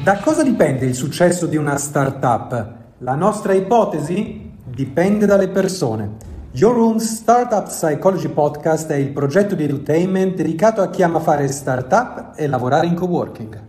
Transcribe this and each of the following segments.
Da cosa dipende il successo di una startup? La nostra ipotesi? Dipende dalle persone. Your Room Startup Psychology Podcast è il progetto di edutainment dedicato a chi ama fare startup e lavorare in coworking.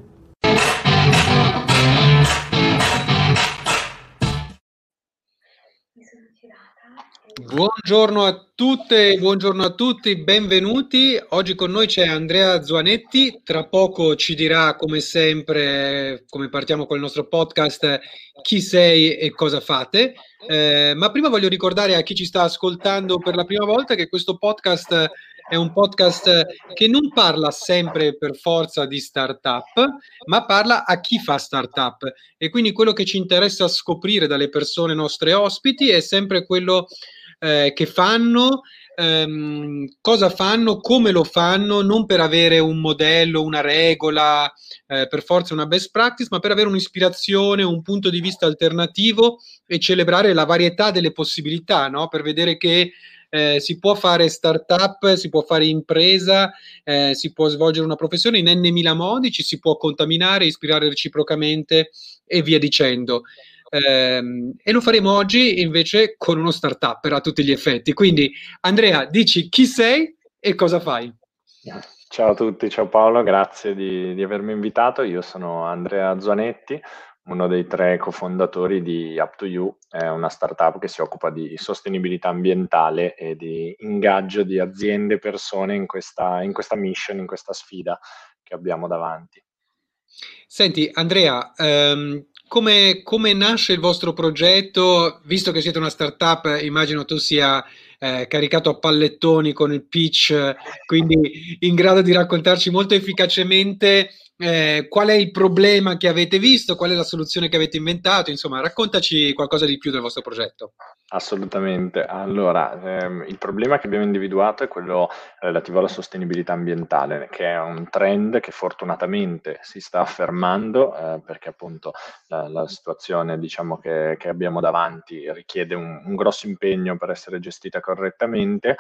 Buongiorno a tutte, buongiorno a tutti, benvenuti. Oggi con noi c'è Andrea Zuanetti. Tra poco ci dirà, come sempre, come partiamo con il nostro podcast, chi sei e cosa fate. Ma prima voglio ricordare a chi ci sta ascoltando per la prima volta che questo podcast è un podcast che non parla sempre per forza di startup, ma parla a chi fa startup. E quindi quello che ci interessa scoprire dalle persone nostre ospiti è sempre quello che fanno, cosa fanno, come lo fanno, non per avere un modello, una regola, per forza una best practice, ma per avere un'ispirazione, un punto di vista alternativo e celebrare la varietà delle possibilità, no? Per vedere che si può fare startup, si può fare impresa, si può svolgere una professione in n mila modi, ci si può contaminare, ispirare reciprocamente e via dicendo. E lo faremo oggi invece con uno startup a tutti gli effetti. Quindi, Andrea, dici chi sei e cosa fai? Ciao a tutti, ciao Paolo, grazie di avermi invitato. Io sono Andrea Zuanetti, uno dei 3 cofondatori di Up2You, è una startup che si occupa di sostenibilità ambientale e di ingaggio di aziende e persone in questa mission, in questa sfida che abbiamo davanti. Senti, Andrea, come nasce il vostro progetto? Visto che siete una startup, immagino tu sia caricato a pallettoni con il pitch, quindi in grado di raccontarci molto efficacemente qual è il problema che avete visto, qual è la soluzione che avete inventato, insomma, raccontaci qualcosa di più del vostro progetto. Assolutamente. Allora, il problema che abbiamo individuato è quello relativo alla sostenibilità ambientale, che è un trend che fortunatamente si sta affermando, perché appunto la situazione, diciamo, che abbiamo davanti richiede un grosso impegno per essere gestita correttamente,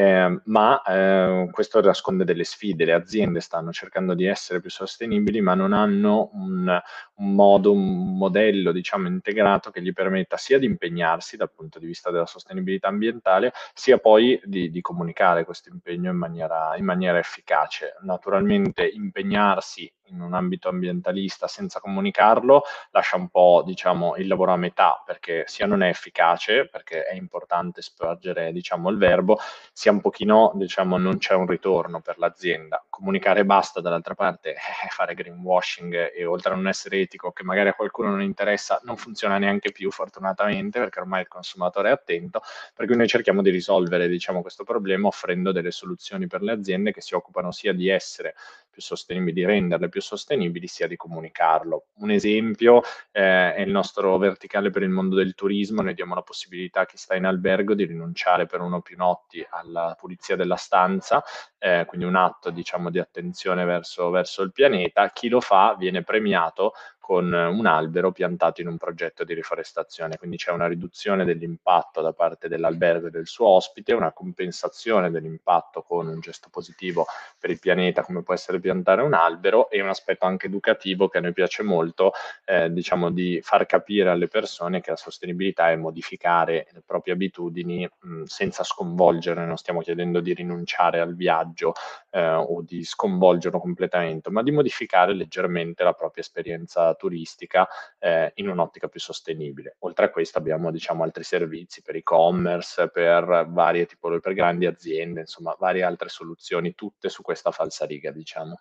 ma questo nasconde delle sfide. Le aziende stanno cercando di essere più sostenibili, ma non hanno un modo, un modello, diciamo, integrato che gli permetta sia di impegnarsi dal punto di vista della sostenibilità ambientale, sia poi di comunicare questo impegno in maniera efficace. Naturalmente impegnarsi in un ambito ambientalista senza comunicarlo lascia un po', diciamo, il lavoro a metà, perché sia non è efficace, perché è importante spargere, diciamo, il verbo, sia un pochino, diciamo, non c'è un ritorno per l'azienda. Comunicare basta, dall'altra parte fare greenwashing e oltre a non essere etico, che magari a qualcuno non interessa, non funziona neanche più fortunatamente, perché ormai il consumatore è attento, per cui noi cerchiamo di risolvere, diciamo, questo problema offrendo delle soluzioni per le aziende che si occupano sia di essere più sostenibili, di renderle più sostenibili, sia di comunicarlo. Un esempio è il nostro verticale per il mondo del turismo. Noi diamo la possibilità a chi sta in albergo di rinunciare per 1 o più notti alla pulizia della stanza, quindi un atto, diciamo, di attenzione verso il pianeta. Chi lo fa viene premiato con un albero piantato in un progetto di riforestazione, quindi c'è una riduzione dell'impatto da parte dell'albergo e del suo ospite, una compensazione dell'impatto con un gesto positivo per il pianeta, come può essere piantare un albero, e un aspetto anche educativo che a noi piace molto, diciamo, di far capire alle persone che la sostenibilità è modificare le proprie abitudini senza sconvolgere. Non stiamo chiedendo di rinunciare al viaggio o di sconvolgerlo completamente, ma di modificare leggermente la propria esperienza turistica in un'ottica più sostenibile. Oltre a questo abbiamo, diciamo, altri servizi per e-commerce, per varie tipologie, per grandi aziende, insomma, varie altre soluzioni, tutte su questa falsariga, diciamo.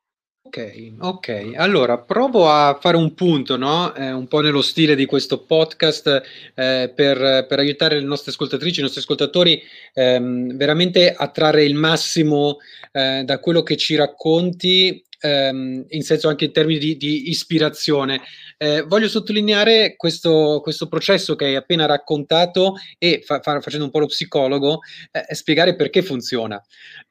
Ok. Allora provo a fare un punto, no? Un po' nello stile di questo podcast, per aiutare le nostre ascoltatrici, i nostri ascoltatori, veramente a trarre il massimo, da quello che ci racconti, in senso anche in termini di ispirazione. Voglio sottolineare questo processo che hai appena raccontato e facendo un po' lo psicologo, spiegare perché funziona.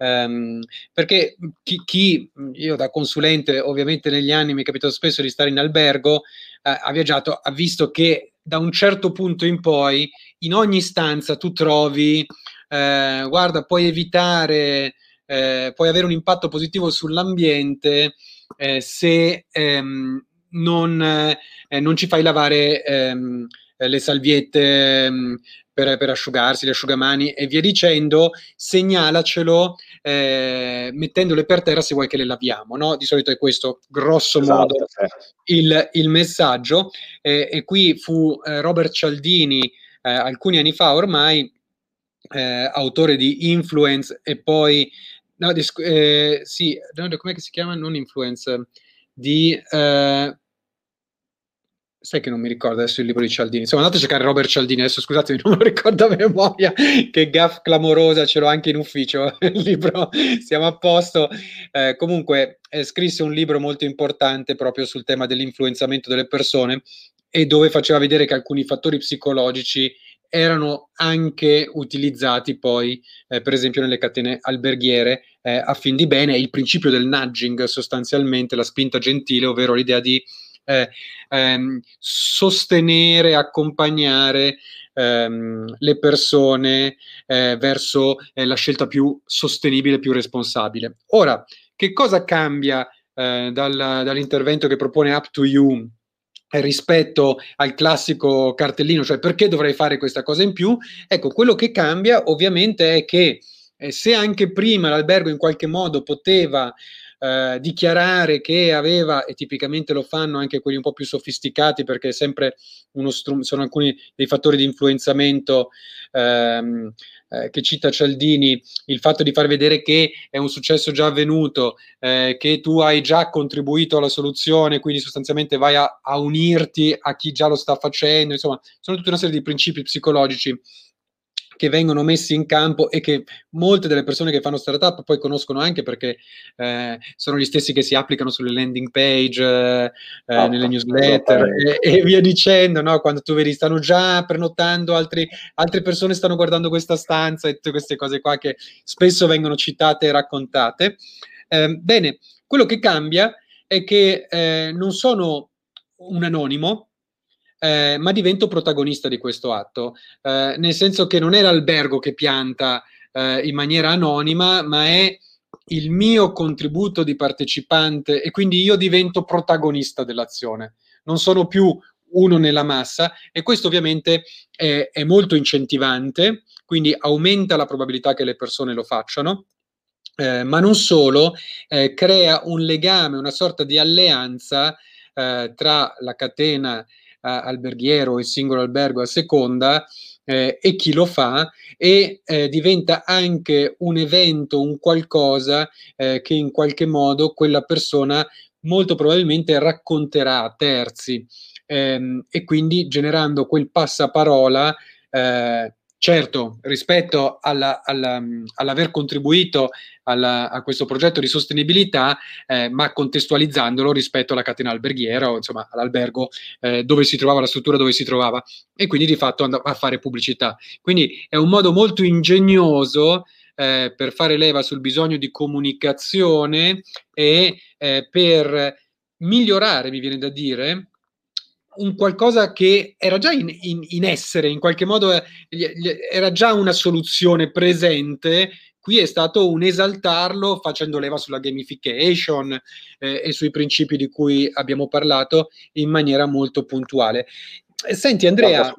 Perché io da consulente, ovviamente negli anni mi è capitato spesso di stare in albergo, ha viaggiato, ha visto che da un certo punto in poi in ogni stanza tu trovi, guarda, puoi evitare, puoi avere un impatto positivo sull'ambiente se non ci fai lavare le salviette per asciugarsi, le asciugamani e via dicendo, segnalacelo mettendole per terra se vuoi che le laviamo, no? Di solito è questo grosso modo il messaggio, e qui fu Robert Cialdini alcuni anni fa ormai, autore di Influence e poi com'è che si chiama? Non Influence, sai che non mi ricordo adesso il libro di Cialdini. Insomma, andate a cercare Robert Cialdini, adesso scusatemi, non lo ricordo a memoria, che gaffe clamorosa, ce l'ho anche in ufficio, il libro, siamo a posto. Comunque, scrisse un libro molto importante proprio sul tema dell'influenzamento delle persone e dove faceva vedere che alcuni fattori psicologici erano anche utilizzati poi, per esempio, nelle catene alberghiere a fin di bene. Il principio del nudging, sostanzialmente, la spinta gentile, ovvero l'idea di sostenere, accompagnare le persone verso la scelta più sostenibile, più responsabile. Ora, che cosa cambia dall'intervento che propone Up to You rispetto al classico cartellino, cioè perché dovrei fare questa cosa in più? Ecco, quello che cambia ovviamente è che se anche prima l'albergo in qualche modo poteva dichiarare che aveva, e tipicamente lo fanno anche quelli un po' più sofisticati, perché è sempre sono alcuni dei fattori di influenzamento che cita Cialdini, il fatto di far vedere che è un successo già avvenuto, che tu hai già contribuito alla soluzione, quindi sostanzialmente vai a unirti a chi già lo sta facendo. Insomma, sono tutta una serie di principi psicologici che vengono messi in campo e che molte delle persone che fanno startup poi conoscono anche, perché sono gli stessi che si applicano sulle landing page, nelle newsletter e via dicendo, no? Quando tu vedi stanno già prenotando, altre persone stanno guardando questa stanza e tutte queste cose qua che spesso vengono citate e raccontate. Bene, quello che cambia è che non sono un anonimo, ma divento protagonista di questo atto, nel senso che non è l'albergo che pianta in maniera anonima, ma è il mio contributo di partecipante, e quindi io divento protagonista dell'azione, non sono più uno nella massa, e questo ovviamente è molto incentivante, quindi aumenta la probabilità che le persone lo facciano, ma non solo, crea un legame, una sorta di alleanza tra la catena alberghiero o il singolo albergo a seconda e chi lo fa, e diventa anche un evento, un qualcosa che in qualche modo quella persona molto probabilmente racconterà a terzi, e quindi generando quel passaparola, certo, rispetto all'aver contribuito a questo progetto di sostenibilità, ma contestualizzandolo rispetto alla catena alberghiera o insomma all'albergo dove si trovava, la struttura dove si trovava, e quindi di fatto andava a fare pubblicità. Quindi è un modo molto ingegnoso per fare leva sul bisogno di comunicazione e per migliorare, mi viene da dire, un qualcosa che era già in essere, in qualche modo era già una soluzione presente. Qui è stato un esaltarlo facendo leva sulla gamification e sui principi di cui abbiamo parlato in maniera molto puntuale. Senti Andrea,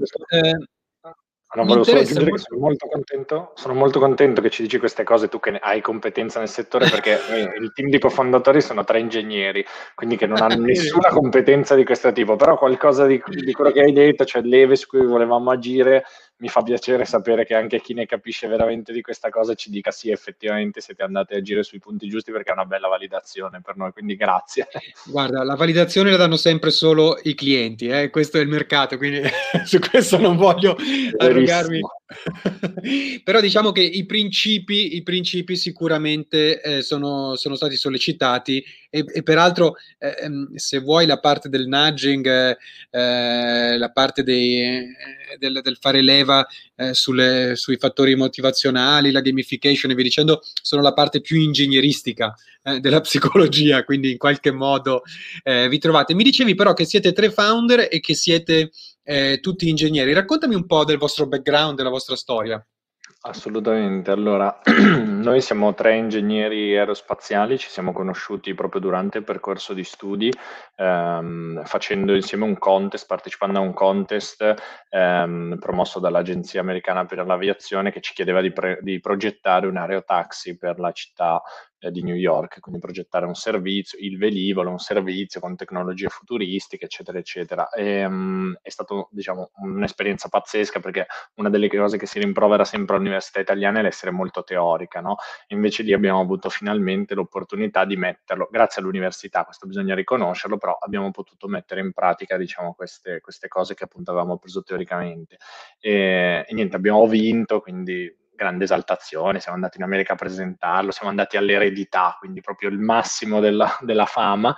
volevo solo aggiungere che sono molto contento che ci dici queste cose, tu che hai competenza nel settore, perché il team di cofondatori sono 3 ingegneri, quindi che non hanno nessuna competenza di questo tipo, però qualcosa di quello che hai detto, cioè leve su cui volevamo agire, mi fa piacere sapere che anche chi ne capisce veramente di questa cosa ci dica sì, effettivamente siete andati a agire sui punti giusti, perché è una bella validazione per noi, quindi grazie. Guarda, la validazione la danno sempre solo i clienti, questo è il mercato, quindi su questo non voglio arrogarmi. Però diciamo che i principi sicuramente sono stati sollecitati e peraltro se vuoi la parte del nudging, la parte del fare leva sui fattori motivazionali, la gamification e via dicendo, sono la parte più ingegneristica della psicologia, quindi in qualche modo vi trovate. Mi dicevi però che siete 3 founder e che siete tutti ingegneri. Raccontami un po' del vostro background, della vostra storia. Assolutamente. Allora, Noi siamo 3 ingegneri aerospaziali, ci siamo conosciuti proprio durante il percorso di studi, facendo insieme un contest, partecipando a un contest promosso dall'Agenzia Americana per l'Aviazione, che ci chiedeva di progettare un aerotaxi per la città di New York, quindi progettare un servizio, il velivolo, un servizio con tecnologie futuristiche, eccetera, eccetera. È stato, diciamo, un'esperienza pazzesca, perché una delle cose che si rimprovera sempre all'università italiana è l'essere molto teorica, no? Invece lì abbiamo avuto finalmente l'opportunità di metterlo, grazie all'università, questo bisogna riconoscerlo, però abbiamo potuto mettere in pratica, diciamo, queste cose che appunto avevamo preso teoricamente. E niente, abbiamo vinto, quindi grande esaltazione, siamo andati in America a presentarlo, siamo andati all'eredità, quindi proprio il massimo della fama,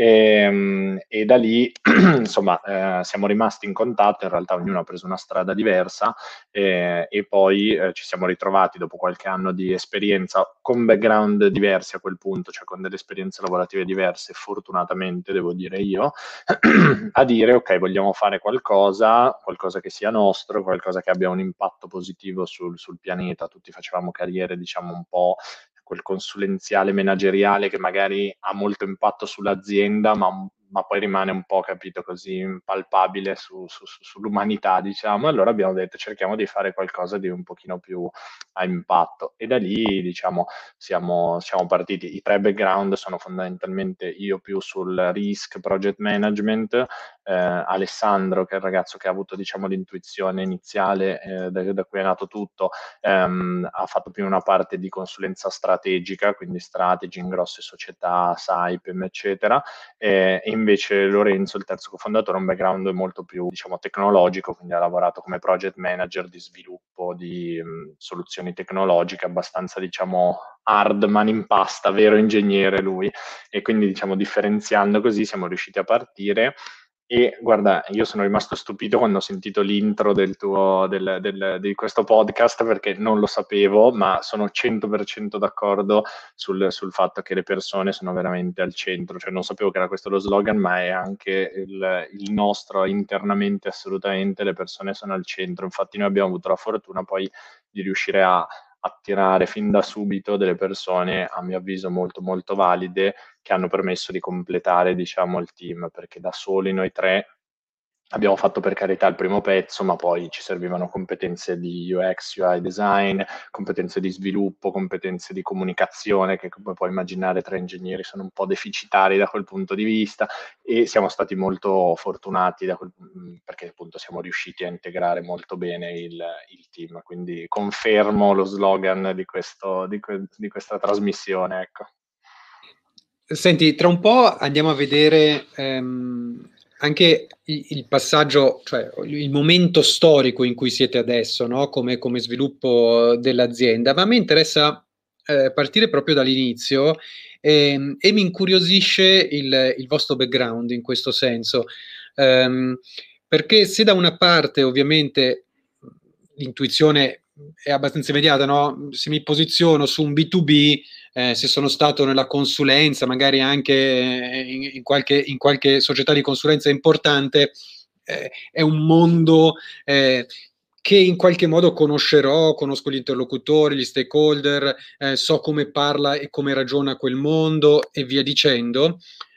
e da lì insomma siamo rimasti in contatto. In realtà ognuno ha preso una strada diversa, e poi ci siamo ritrovati dopo qualche anno di esperienza con background diversi a quel punto, cioè con delle esperienze lavorative diverse, fortunatamente devo dire io, a dire ok, vogliamo fare qualcosa che sia nostro, qualcosa che abbia un impatto positivo sul pianeta. Tutti facevamo carriere, diciamo, un po' quel consulenziale manageriale che magari ha molto impatto sull'azienda, ma poi rimane un po', capito, così impalpabile sull'umanità, diciamo. Allora abbiamo detto cerchiamo di fare qualcosa di un pochino più a impatto, e da lì, diciamo, siamo partiti. I 3 background sono fondamentalmente io più sul risk project management, Alessandro, che è il ragazzo che ha avuto, diciamo, l'intuizione iniziale, da cui è nato tutto, ha fatto più una parte di consulenza strategica, quindi strategy in grosse società, Saipem, eccetera, e invece Lorenzo, il terzo cofondatore, ha un background molto più, diciamo, tecnologico, quindi ha lavorato come project manager di sviluppo di soluzioni tecnologiche, abbastanza, diciamo, hard, man in pasta, vero ingegnere lui, e quindi, diciamo, differenziando così siamo riusciti a partire. E guarda, io sono rimasto stupito quando ho sentito l'intro di questo podcast, perché non lo sapevo, ma sono 100% d'accordo sul fatto che le persone sono veramente al centro. Cioè, non sapevo che era questo lo slogan, ma è anche il nostro internamente. Assolutamente, le persone sono al centro. Infatti noi abbiamo avuto la fortuna poi di riuscire a attirare fin da subito delle persone, a mio avviso, molto molto valide, che hanno permesso di completare, diciamo, il team, perché da soli noi 3 abbiamo fatto, per carità, il primo pezzo, ma poi ci servivano competenze di UX, UI design, competenze di sviluppo, competenze di comunicazione, che, come puoi immaginare, 3 ingegneri sono un po' deficitari da quel punto di vista, e siamo stati molto fortunati perché appunto siamo riusciti a integrare molto bene il team. Quindi confermo lo slogan di questa trasmissione, ecco. Senti, tra un po' andiamo a vedere anche il passaggio, cioè il momento storico in cui siete adesso, no? Come sviluppo dell'azienda, ma a me interessa partire proprio dall'inizio, e mi incuriosisce il vostro background in questo senso. Perché se da una parte ovviamente l'intuizione è abbastanza immediata, no? Se mi posiziono su un B2B, se sono stato nella consulenza, magari anche in qualche società di consulenza importante, è un mondo che in qualche modo conosco gli interlocutori, gli stakeholder, so come parla e come ragiona quel mondo e via dicendo.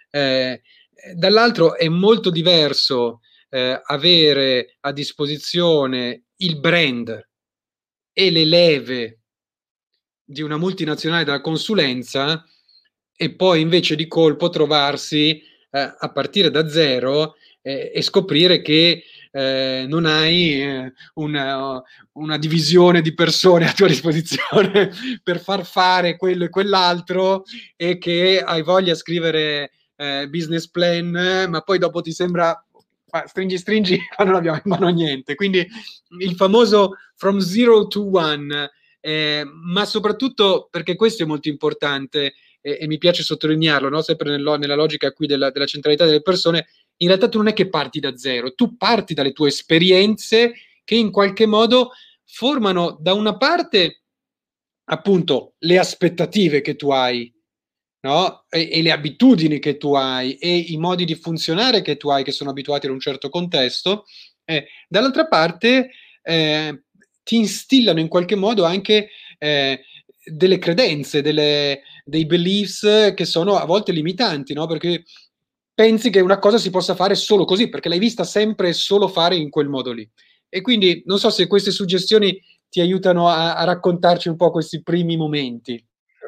Dall'altro è molto diverso avere a disposizione il brand e le leve di una multinazionale della consulenza, e poi invece di colpo trovarsi a partire da zero e scoprire che non hai una divisione di persone a tua disposizione per far fare quello e quell'altro, e che hai voglia di scrivere business plan, ma poi dopo ti sembra stringi ma non abbiamo in mano niente. Quindi il famoso from zero to one, ma soprattutto perché questo è molto importante, e mi piace sottolinearlo, no? Sempre nella logica qui della centralità delle persone. In realtà tu non è che parti da zero, tu parti dalle tue esperienze che in qualche modo formano da una parte appunto le aspettative che tu hai, no? E le abitudini che tu hai e i modi di funzionare che tu hai, che sono abituati ad un certo contesto, dall'altra parte ti instillano in qualche modo anche delle credenze, dei beliefs che sono a volte limitanti, no? Perché pensi che una cosa si possa fare solo così, perché l'hai vista sempre solo fare in quel modo lì. E quindi non so se queste suggestioni ti aiutano a raccontarci un po' questi primi momenti.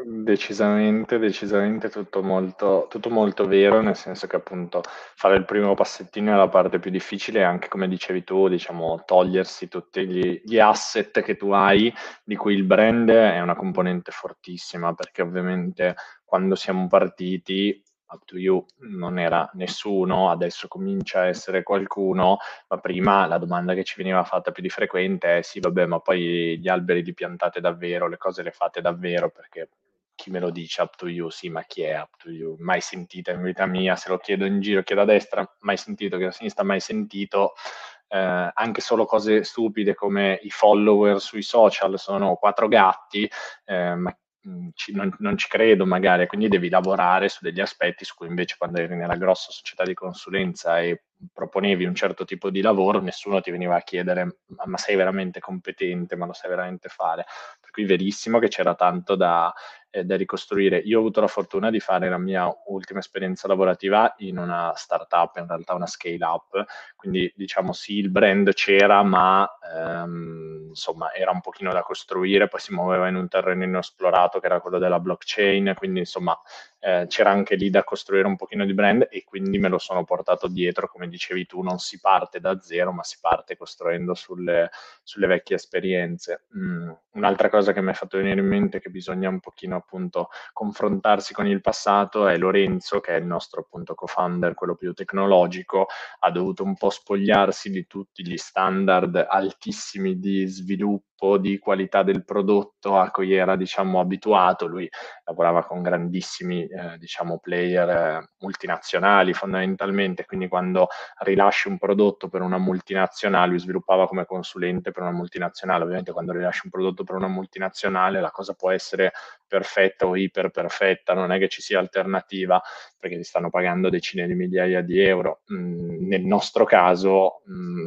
Decisamente tutto molto vero, nel senso che appunto fare il primo passettino è la parte più difficile e anche come dicevi tu, diciamo, togliersi tutti gli asset che tu hai, di cui il brand è una componente fortissima, perché ovviamente quando siamo partiti, Up to You non era nessuno, adesso comincia a essere qualcuno, ma prima la domanda che ci veniva fatta più di frequente è sì, vabbè, ma poi gli alberi li piantate davvero, le cose le fate davvero, perché chi me lo dice Up to You? Sì, ma chi è Up to You? Mai sentita in vita mia, se lo chiedo in giro, chiedo a destra, mai sentito, chiedo a sinistra, mai sentito. Anche solo cose stupide come i follower sui social sono 4 gatti, ma non ci credo magari, quindi devi lavorare su degli aspetti su cui invece quando eri nella grossa società di consulenza e proponevi un certo tipo di lavoro, nessuno ti veniva a chiedere ma sei veramente competente, ma lo sai veramente fare? Per cui verissimo che c'era tanto da ricostruire. Io ho avuto la fortuna di fare la mia ultima esperienza lavorativa in una startup, in realtà una scale up, quindi diciamo sì, il brand c'era, ma insomma era un pochino da costruire, poi si muoveva in un terreno inesplorato che era quello della blockchain, quindi insomma c'era anche lì da costruire un pochino di brand e quindi me lo sono portato dietro, come dicevi tu, non si parte da zero, ma si parte costruendo sulle vecchie esperienze. Un'altra cosa che mi ha fatto venire in mente che bisogna un pochino appunto confrontarsi con il passato è Lorenzo, che è il nostro appunto co-founder, quello più tecnologico, ha dovuto un po' spogliarsi di tutti gli standard altissimi di sviluppo, di qualità del prodotto a cui era diciamo abituato. Lui lavorava con grandissimi diciamo player multinazionali fondamentalmente, quindi quando rilasci un prodotto per una multinazionale, lui sviluppava come consulente per una multinazionale, ovviamente quando rilasci un prodotto per una multinazionale la cosa può essere perfetta o iper perfetta, non è che ci sia alternativa perché ti stanno pagando decine di migliaia di euro. Nel nostro caso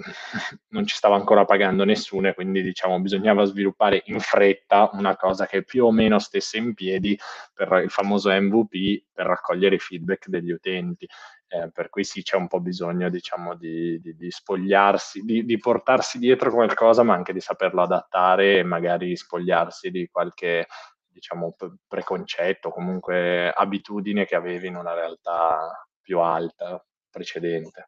non ci stava ancora pagando nessuno e quindi diciamo bisognava sviluppare in fretta una cosa che più o meno stesse in piedi per il famoso MVP per raccogliere i feedback degli utenti. Per cui sì, c'è un po' bisogno, diciamo, di spogliarsi, di portarsi dietro qualcosa, ma anche di saperlo adattare e magari spogliarsi di qualche, diciamo, preconcetto, comunque abitudine che avevi in una realtà più alta precedente.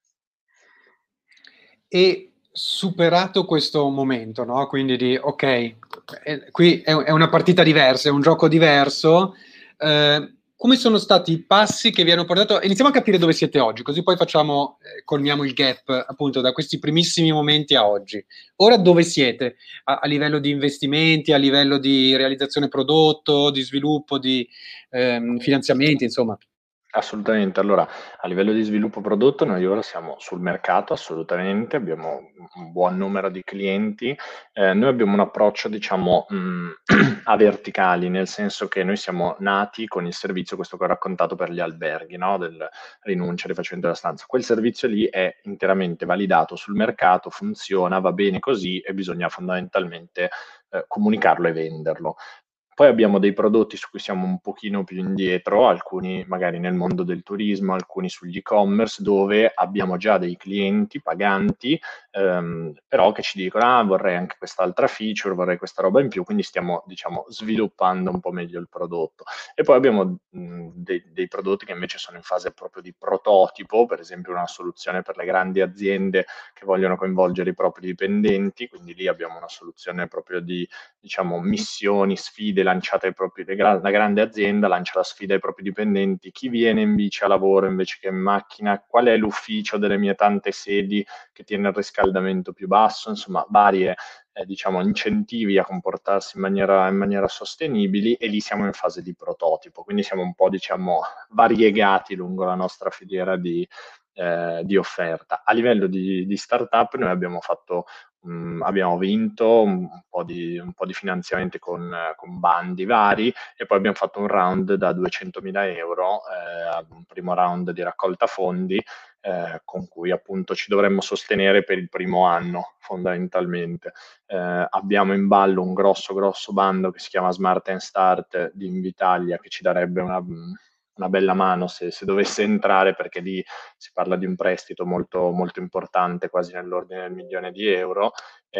E superato questo momento, no? Quindi di ok, qui è una partita diversa, è un gioco diverso. Come sono stati i passi che vi hanno portato? Iniziamo a capire dove siete oggi, così poi facciamo, colmiamo il gap appunto da questi primissimi momenti a oggi. Ora dove siete? A livello di investimenti, a livello di realizzazione prodotto, di sviluppo, di finanziamenti, insomma. Assolutamente. Allora, a livello di sviluppo prodotto, noi ora siamo sul mercato, assolutamente, abbiamo un buon numero di clienti. Noi abbiamo un approccio, diciamo, a verticali, nel senso che noi siamo nati con il servizio, questo che ho raccontato per gli alberghi, no? Del rinuncia, rifacimento della stanza. Quel servizio lì è interamente validato sul mercato, funziona, va bene così e bisogna fondamentalmente comunicarlo e venderlo. Poi abbiamo dei prodotti su cui siamo un pochino più indietro, alcuni magari nel mondo del turismo, alcuni sugli e-commerce, dove abbiamo già dei clienti paganti, però che ci dicono, ah, vorrei anche quest'altra feature, vorrei questa roba in più, quindi stiamo, diciamo, sviluppando un po' meglio il prodotto. E poi abbiamo dei prodotti che invece sono in fase proprio di prototipo, per esempio una soluzione per le grandi aziende che vogliono coinvolgere i propri dipendenti, quindi lì abbiamo una soluzione proprio di, diciamo, missioni, sfide lanciate ai propri, la grande azienda lancia la sfida ai propri dipendenti, chi viene in bici a lavoro invece che in macchina, qual è l'ufficio delle mie tante sedi che tiene il riscaldamento più basso, insomma varie diciamo, incentivi a comportarsi in maniera sostenibili e lì siamo in fase di prototipo, quindi siamo un po' diciamo variegati lungo la nostra filiera di offerta. A livello di startup noi abbiamo vinto un po' di finanziamenti con bandi vari e poi abbiamo fatto un round da 200.000 euro, un primo round di raccolta fondi con cui appunto ci dovremmo sostenere per il primo anno fondamentalmente. Abbiamo in ballo un grosso bando che si chiama Smart and Start di Invitalia, che ci darebbe una bella mano se dovesse entrare, perché lì si parla di un prestito molto, molto importante, quasi nell'ordine del 1.000.000 di euro.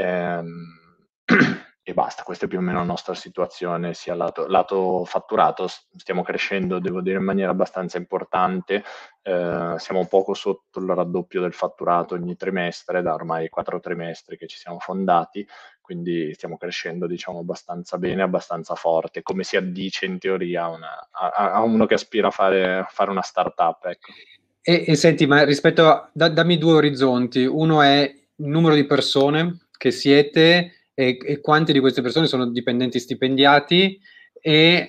E basta, questa è più o meno la nostra situazione, sia lato fatturato, stiamo crescendo, devo dire, in maniera abbastanza importante, siamo poco sotto il raddoppio del fatturato ogni trimestre, da ormai 4 trimestri che ci siamo fondati, quindi stiamo crescendo, diciamo, abbastanza bene, abbastanza forte, come si addice in teoria a uno che aspira a fare una startup, ecco. E senti, ma dammi due orizzonti. Uno è il numero di persone che siete e quante di queste persone sono dipendenti stipendiati e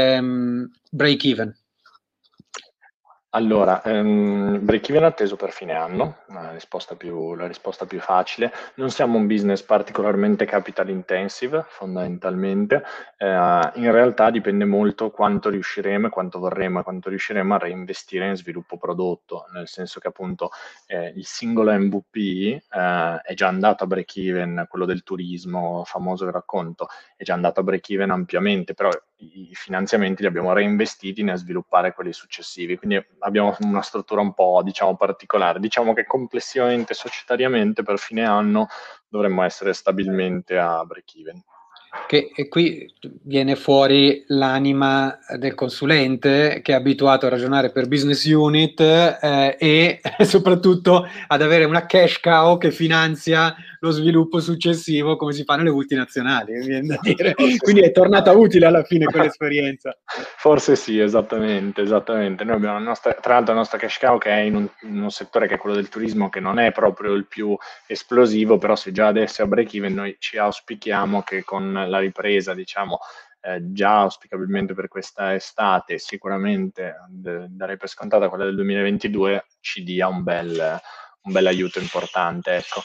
break even. Allora, break-even atteso per fine anno, la risposta più facile. Non siamo un business particolarmente capital intensive, fondamentalmente. In realtà dipende molto quanto riusciremo e quanto vorremmo e quanto riusciremo a reinvestire in sviluppo prodotto, nel senso che appunto il singolo MVP è già andato a break-even, quello del turismo famoso che racconto, è già andato a break-even ampiamente, però i finanziamenti li abbiamo reinvestiti nel sviluppare quelli successivi, quindi abbiamo una struttura un po', diciamo, particolare. Diciamo che complessivamente, societariamente, per fine anno dovremmo essere stabilmente a break-even. E qui viene fuori l'anima del consulente che è abituato a ragionare per business unit e soprattutto ad avere una cash cow che finanzia lo sviluppo successivo come si fa nelle multinazionali, viene da dire. Quindi è tornata utile alla fine quell'esperienza. Forse sì, esattamente. Noi abbiamo tra l'altro la nostra cash cow che è in un settore che è quello del turismo, che non è proprio il più esplosivo, però se già adesso è a break even, noi ci auspichiamo che con la ripresa, diciamo, già auspicabilmente per questa estate, sicuramente darei per scontata quella del 2022, ci dia un bel aiuto importante, ecco.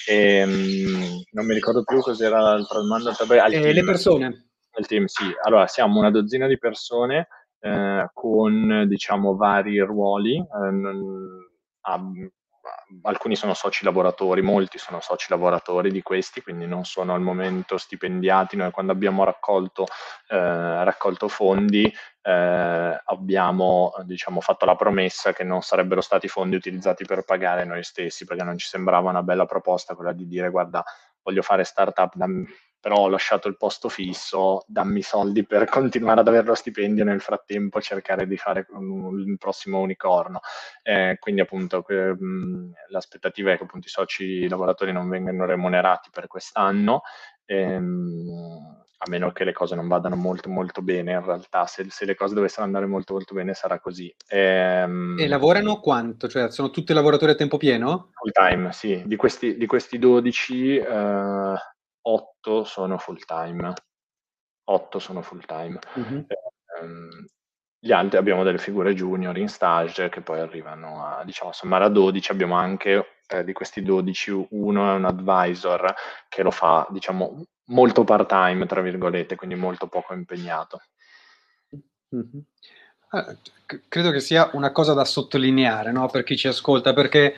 Non mi ricordo più cos'era l'altra domanda. Le persone. Il team, sì. Allora, siamo una dozzina di persone con, diciamo, vari ruoli. Alcuni sono soci lavoratori, molti sono soci lavoratori di questi, quindi non sono al momento stipendiati. Noi quando abbiamo raccolto fondi abbiamo, diciamo, fatto la promessa che non sarebbero stati fondi utilizzati per pagare noi stessi, perché non ci sembrava una bella proposta quella di dire: guarda, voglio fare startup, però ho lasciato il posto fisso, dammi soldi per continuare ad avere lo stipendio, nel frattempo cercare di fare il prossimo unicorno. Quindi appunto l'aspettativa è che appunto i soci lavoratori non vengano remunerati per quest'anno, a meno che le cose non vadano molto molto bene. In realtà se le cose dovessero andare molto molto bene sarà così. E lavorano quanto? Cioè sono tutti lavoratori a tempo pieno? Full time, sì. Di questi 12, 8 sono full time. 8 sono full time. Mm-hmm. Gli altri abbiamo delle figure junior in stage che poi arrivano a, diciamo, sommare a 12. Abbiamo anche di questi 12 uno è un advisor che lo fa, diciamo, molto part-time, tra virgolette, quindi molto poco impegnato. Mm-hmm. Credo che sia una cosa da sottolineare, no? Per chi ci ascolta, perché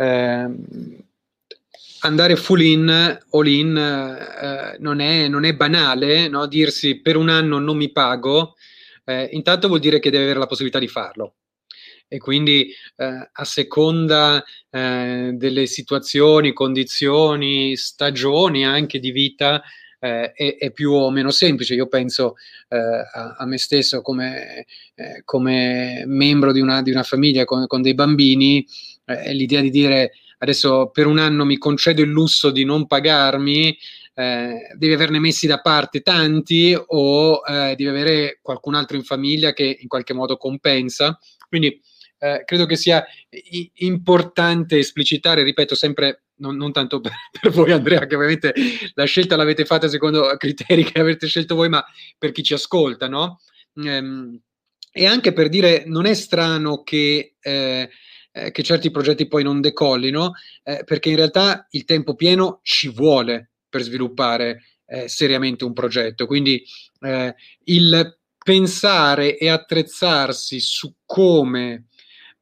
andare all in non è banale, no? Dirsi per un anno non mi pago, intanto vuol dire che deve avere la possibilità di farlo. E quindi a seconda delle situazioni, condizioni, stagioni anche di vita, è più o meno semplice. Io penso a me stesso come membro di una famiglia con dei bambini, l'idea di dire adesso per un anno mi concedo il lusso di non pagarmi, devi averne messi da parte tanti o devi avere qualcun altro in famiglia che in qualche modo compensa. Quindi credo che sia importante esplicitare, ripeto, sempre non tanto per voi Andrea, che ovviamente la scelta l'avete fatta secondo criteri che avete scelto voi, ma per chi ci ascolta, no? E anche per dire, non è strano che certi progetti poi non decollino, perché in realtà il tempo pieno ci vuole per sviluppare seriamente un progetto. Quindi il pensare e attrezzarsi su come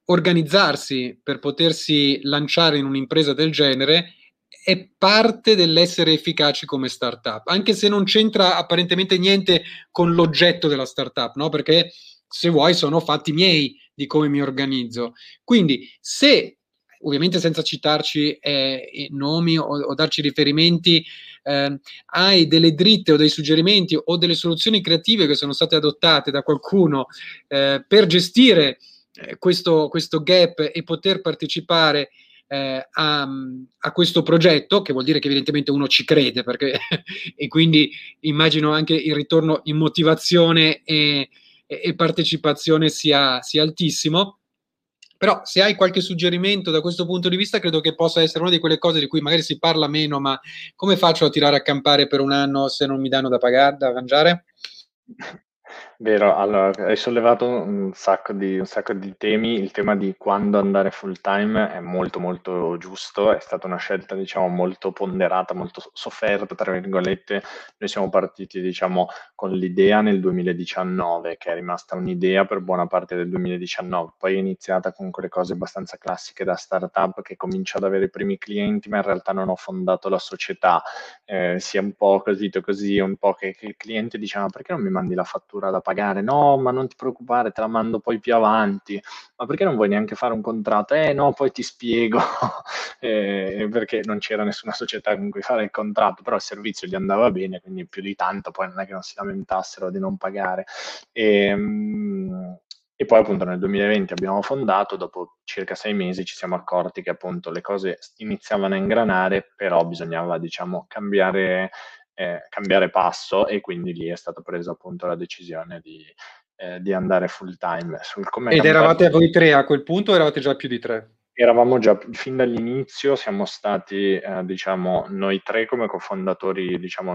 organizzarsi per potersi lanciare in un'impresa del genere è parte dell'essere efficaci come startup, anche se non c'entra apparentemente niente con l'oggetto della startup, no? Perché se vuoi sono fatti miei di come mi organizzo. Quindi se, ovviamente senza citarci nomi o darci riferimenti, hai delle dritte o dei suggerimenti o delle soluzioni creative che sono state adottate da qualcuno per gestire questo gap e poter partecipare a questo progetto, che vuol dire che evidentemente uno ci crede, perché e quindi immagino anche il ritorno in motivazione e partecipazione sia altissimo. Però se hai qualche suggerimento da questo punto di vista, credo che possa essere una di quelle cose di cui magari si parla meno, ma come faccio a tirare a campare per un anno se non mi danno da pagare, da mangiare? Vero, allora hai sollevato un sacco di temi. Il tema di quando andare full time è molto molto giusto, è stata una scelta diciamo molto ponderata, molto sofferta tra virgolette. Noi siamo partiti diciamo con l'idea nel 2019, che è rimasta un'idea per buona parte del 2019, poi è iniziata con quelle cose abbastanza classiche da startup, che comincia ad avere i primi clienti, ma in realtà non ho fondato la società, si è un po' così, un po' che il cliente diceva: "Ma perché non mi mandi la fattura da pagare?" "No, ma non ti preoccupare, te la mando poi più avanti." "Ma perché non vuoi neanche fare un contratto?" No, poi ti spiego." Perché non c'era nessuna società con cui fare il contratto, però il servizio gli andava bene, quindi più di tanto poi non è che non si lamentassero di non pagare. E poi appunto nel 2020 abbiamo fondato, dopo circa 6 mesi ci siamo accorti che appunto le cose iniziavano a ingranare, però bisognava diciamo cambiare passo, e quindi lì è stata presa appunto la decisione di andare full time. Sul come Ed cambiare, eravate voi tre a quel punto o eravate già più di tre? eravamo già fin dall'inizio, siamo stati diciamo noi tre come cofondatori diciamo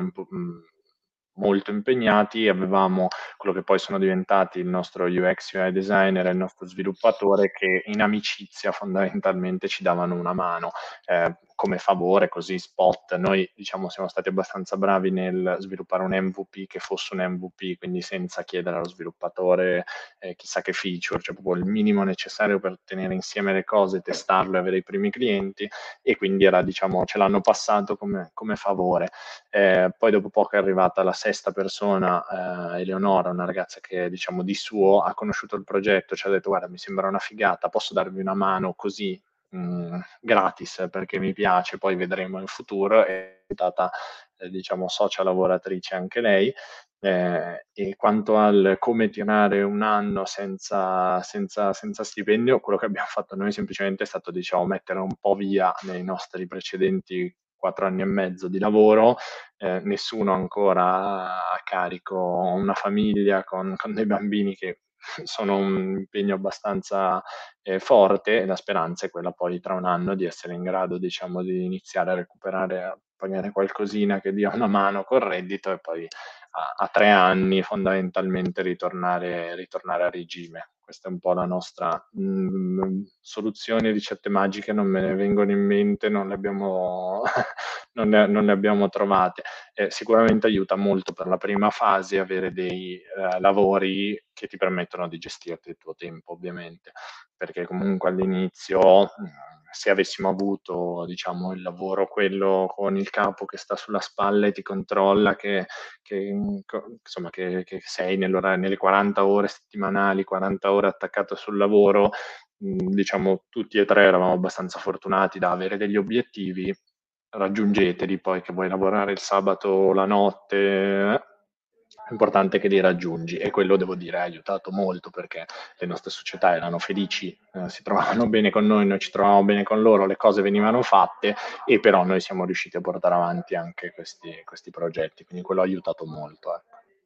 molto impegnati. Avevamo quello che poi sono diventati il nostro UX UI designer e il nostro sviluppatore, che in amicizia fondamentalmente ci davano una mano come favore, così spot. Noi diciamo siamo stati abbastanza bravi nel sviluppare un MVP che fosse un MVP, quindi senza chiedere allo sviluppatore chissà che feature, cioè proprio il minimo necessario per tenere insieme le cose, testarlo e avere i primi clienti, e quindi era diciamo ce l'hanno passato come favore. Poi dopo poco è arrivata la sesta persona, Eleonora, una ragazza che diciamo di suo ha conosciuto il progetto, ci ha detto: "Guarda, mi sembra una figata, posso darvi una mano così gratis perché mi piace, poi vedremo in futuro." È diventata diciamo socia lavoratrice anche lei. E quanto al come tirare un anno senza stipendio, quello che abbiamo fatto noi semplicemente è stato diciamo mettere un po' via nei nostri precedenti 4 anni e mezzo di lavoro. Nessuno ancora a carico, una famiglia con dei bambini che sono un impegno abbastanza forte, e la speranza è quella poi tra un anno di essere in grado diciamo di iniziare a recuperare, a pagare qualcosina che dia una mano col reddito, e poi a 3 anni fondamentalmente ritornare a regime. Questa è un po' la nostra soluzione. Ricette magiche non me ne vengono in mente, non le abbiamo, non ne abbiamo trovate. Sicuramente aiuta molto per la prima fase avere dei lavori che ti permettono di gestirti il tuo tempo, ovviamente, perché comunque all'inizio se avessimo avuto diciamo il lavoro quello con il capo che sta sulla spalla e ti controlla, che insomma che sei nelle 40 ore settimanali, 40 ore attaccato sul lavoro, diciamo tutti e tre eravamo abbastanza fortunati da avere degli obiettivi. Raggiungeteli, poi che vuoi lavorare il sabato o la notte, è importante che li raggiungi, e quello devo dire ha aiutato molto, perché le nostre società erano felici, si trovavano bene con noi ci trovavamo bene con loro, le cose venivano fatte, e però noi siamo riusciti a portare avanti anche questi progetti, quindi quello ha aiutato molto.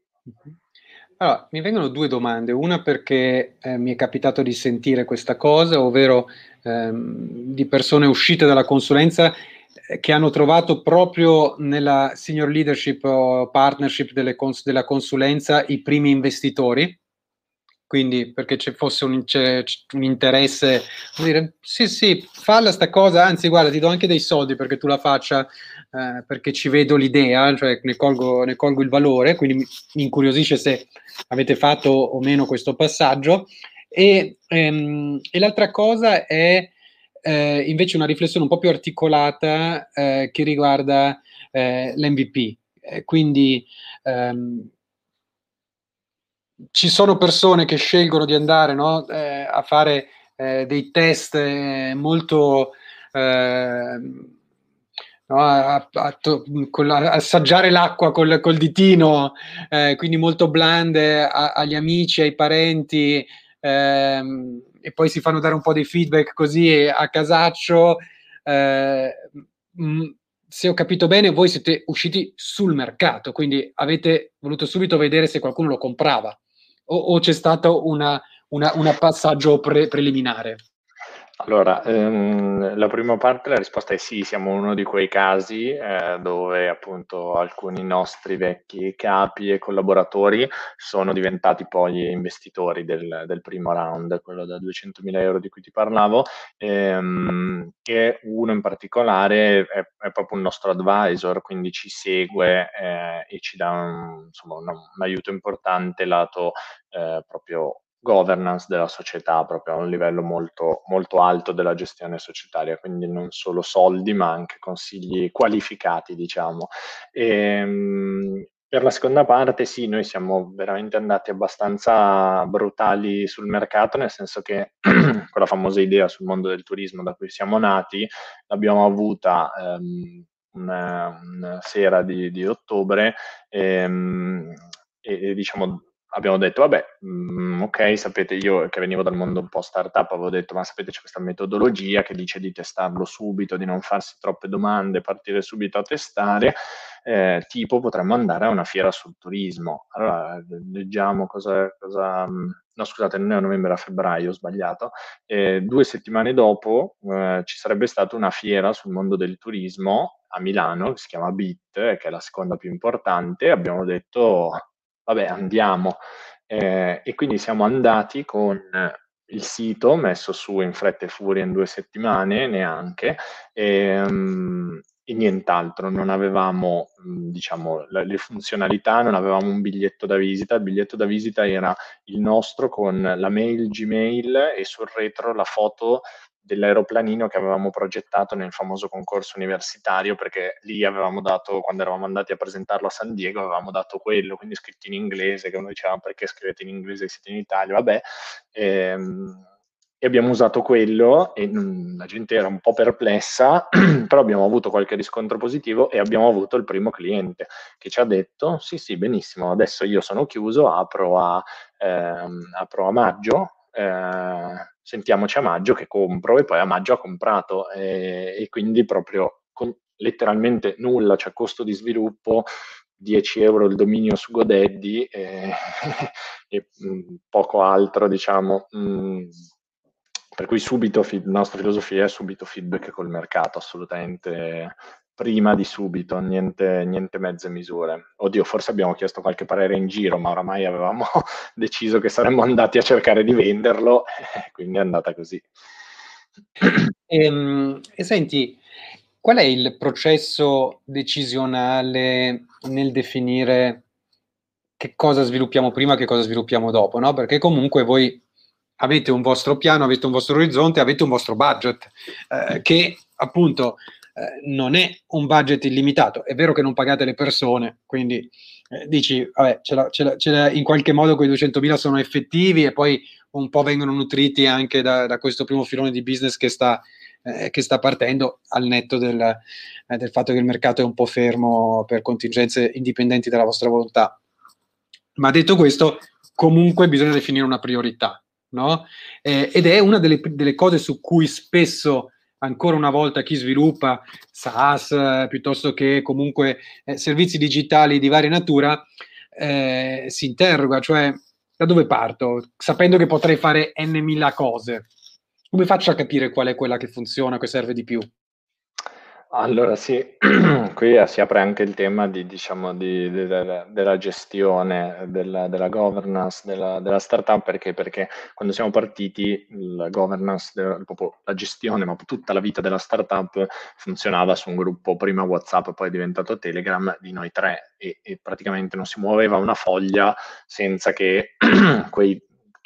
Allora, mi vengono due domande, una perché mi è capitato di sentire questa cosa, ovvero di persone uscite dalla consulenza che hanno trovato proprio nella senior leadership o partnership della consulenza i primi investitori, quindi perché c'è fosse un interesse, dire sì, falla sta cosa, anzi guarda ti do anche dei soldi perché tu la faccia, perché ci vedo l'idea, cioè ne colgo il valore, quindi mi incuriosisce se avete fatto o meno questo passaggio. E l'altra cosa è invece una riflessione un po' più articolata che riguarda l'MVP. Quindi ci sono persone che scelgono di andare, no, a fare dei test molto no, assaggiare l'acqua col ditino, quindi molto blande agli amici, ai parenti, e poi si fanno dare un po' di feedback così a casaccio. Se ho capito bene, voi siete usciti sul mercato, quindi avete voluto subito vedere se qualcuno lo comprava, o c'è stato un passaggio preliminare? Allora, la prima parte, la risposta è sì, siamo uno di quei casi dove appunto alcuni nostri vecchi capi e collaboratori sono diventati poi investitori del primo round, quello da 200.000 euro di cui ti parlavo, e uno in particolare è proprio un nostro advisor, quindi ci segue e ci dà insomma, un aiuto importante lato proprio governance della società, proprio a un livello molto, molto alto della gestione societaria, quindi non solo soldi, ma anche consigli qualificati, diciamo. Per la seconda parte, sì, noi siamo veramente andati abbastanza brutali sul mercato, nel senso che quella famosa idea sul mondo del turismo da cui siamo nati l'abbiamo avuta una sera di ottobre e diciamo abbiamo detto, vabbè, ok, sapete, io che venivo dal mondo un po' startup avevo detto, ma sapete c'è questa metodologia che dice di testarlo subito, di non farsi troppe domande, partire subito a testare, tipo potremmo andare a una fiera sul turismo. Allora, leggiamo no scusate, non è a novembre, a febbraio, ho sbagliato. 2 settimane dopo ci sarebbe stata una fiera sul mondo del turismo a Milano, che si chiama BIT, che è la seconda più importante, abbiamo detto vabbè, andiamo. E quindi siamo andati con il sito messo su in fretta e furia in 2 settimane, neanche, e nient'altro. Non avevamo, diciamo, le funzionalità, non avevamo un biglietto da visita. Il biglietto da visita era il nostro con la mail Gmail e sul retro la foto dell'aeroplanino che avevamo progettato nel famoso concorso universitario, perché lì avevamo dato, quando eravamo andati a presentarlo a San Diego, avevamo dato quello, quindi scritto in inglese, che uno diceva perché scrivete in inglese se siete in Italia, vabbè. E abbiamo usato quello e la gente era un po' perplessa, però abbiamo avuto qualche riscontro positivo e abbiamo avuto il primo cliente che ci ha detto sì sì benissimo, adesso io sono chiuso, apro a maggio, sentiamoci a maggio che compro, e poi a maggio ha comprato e quindi proprio con letteralmente nulla, cioè costo di sviluppo 10 euro il dominio su GoDaddy e poco altro, diciamo. Per cui subito, la nostra filosofia è subito feedback col mercato, assolutamente prima di subito, niente mezze misure. Oddio, forse abbiamo chiesto qualche parere in giro, ma oramai avevamo deciso che saremmo andati a cercare di venderlo, quindi è andata così. E senti, qual è il processo decisionale nel definire che cosa sviluppiamo prima, che cosa sviluppiamo dopo, no? Perché comunque voi avete un vostro piano, avete un vostro orizzonte, avete un vostro budget, che appunto non è un budget illimitato. È vero che non pagate le persone, quindi dici, vabbè, in qualche modo quei 200.000 sono effettivi e poi un po' vengono nutriti anche da questo primo filone di business che sta partendo, al netto del fatto che il mercato è un po' fermo per contingenze indipendenti dalla vostra volontà. Ma detto questo, comunque bisogna definire una priorità, no? Ed è una delle cose su cui spesso, ancora una volta, chi sviluppa SaaS, piuttosto che comunque servizi digitali di varia natura, si interroga, cioè da dove parto? Sapendo che potrei fare n mila cose, come faccio a capire qual è quella che funziona, che serve di più? Allora sì, qui si apre anche il tema della gestione, della governance della startup, perché quando siamo partiti la governance, proprio la gestione, ma tutta la vita della startup funzionava su un gruppo, prima WhatsApp, poi è diventato Telegram, di noi tre, e praticamente non si muoveva una foglia senza che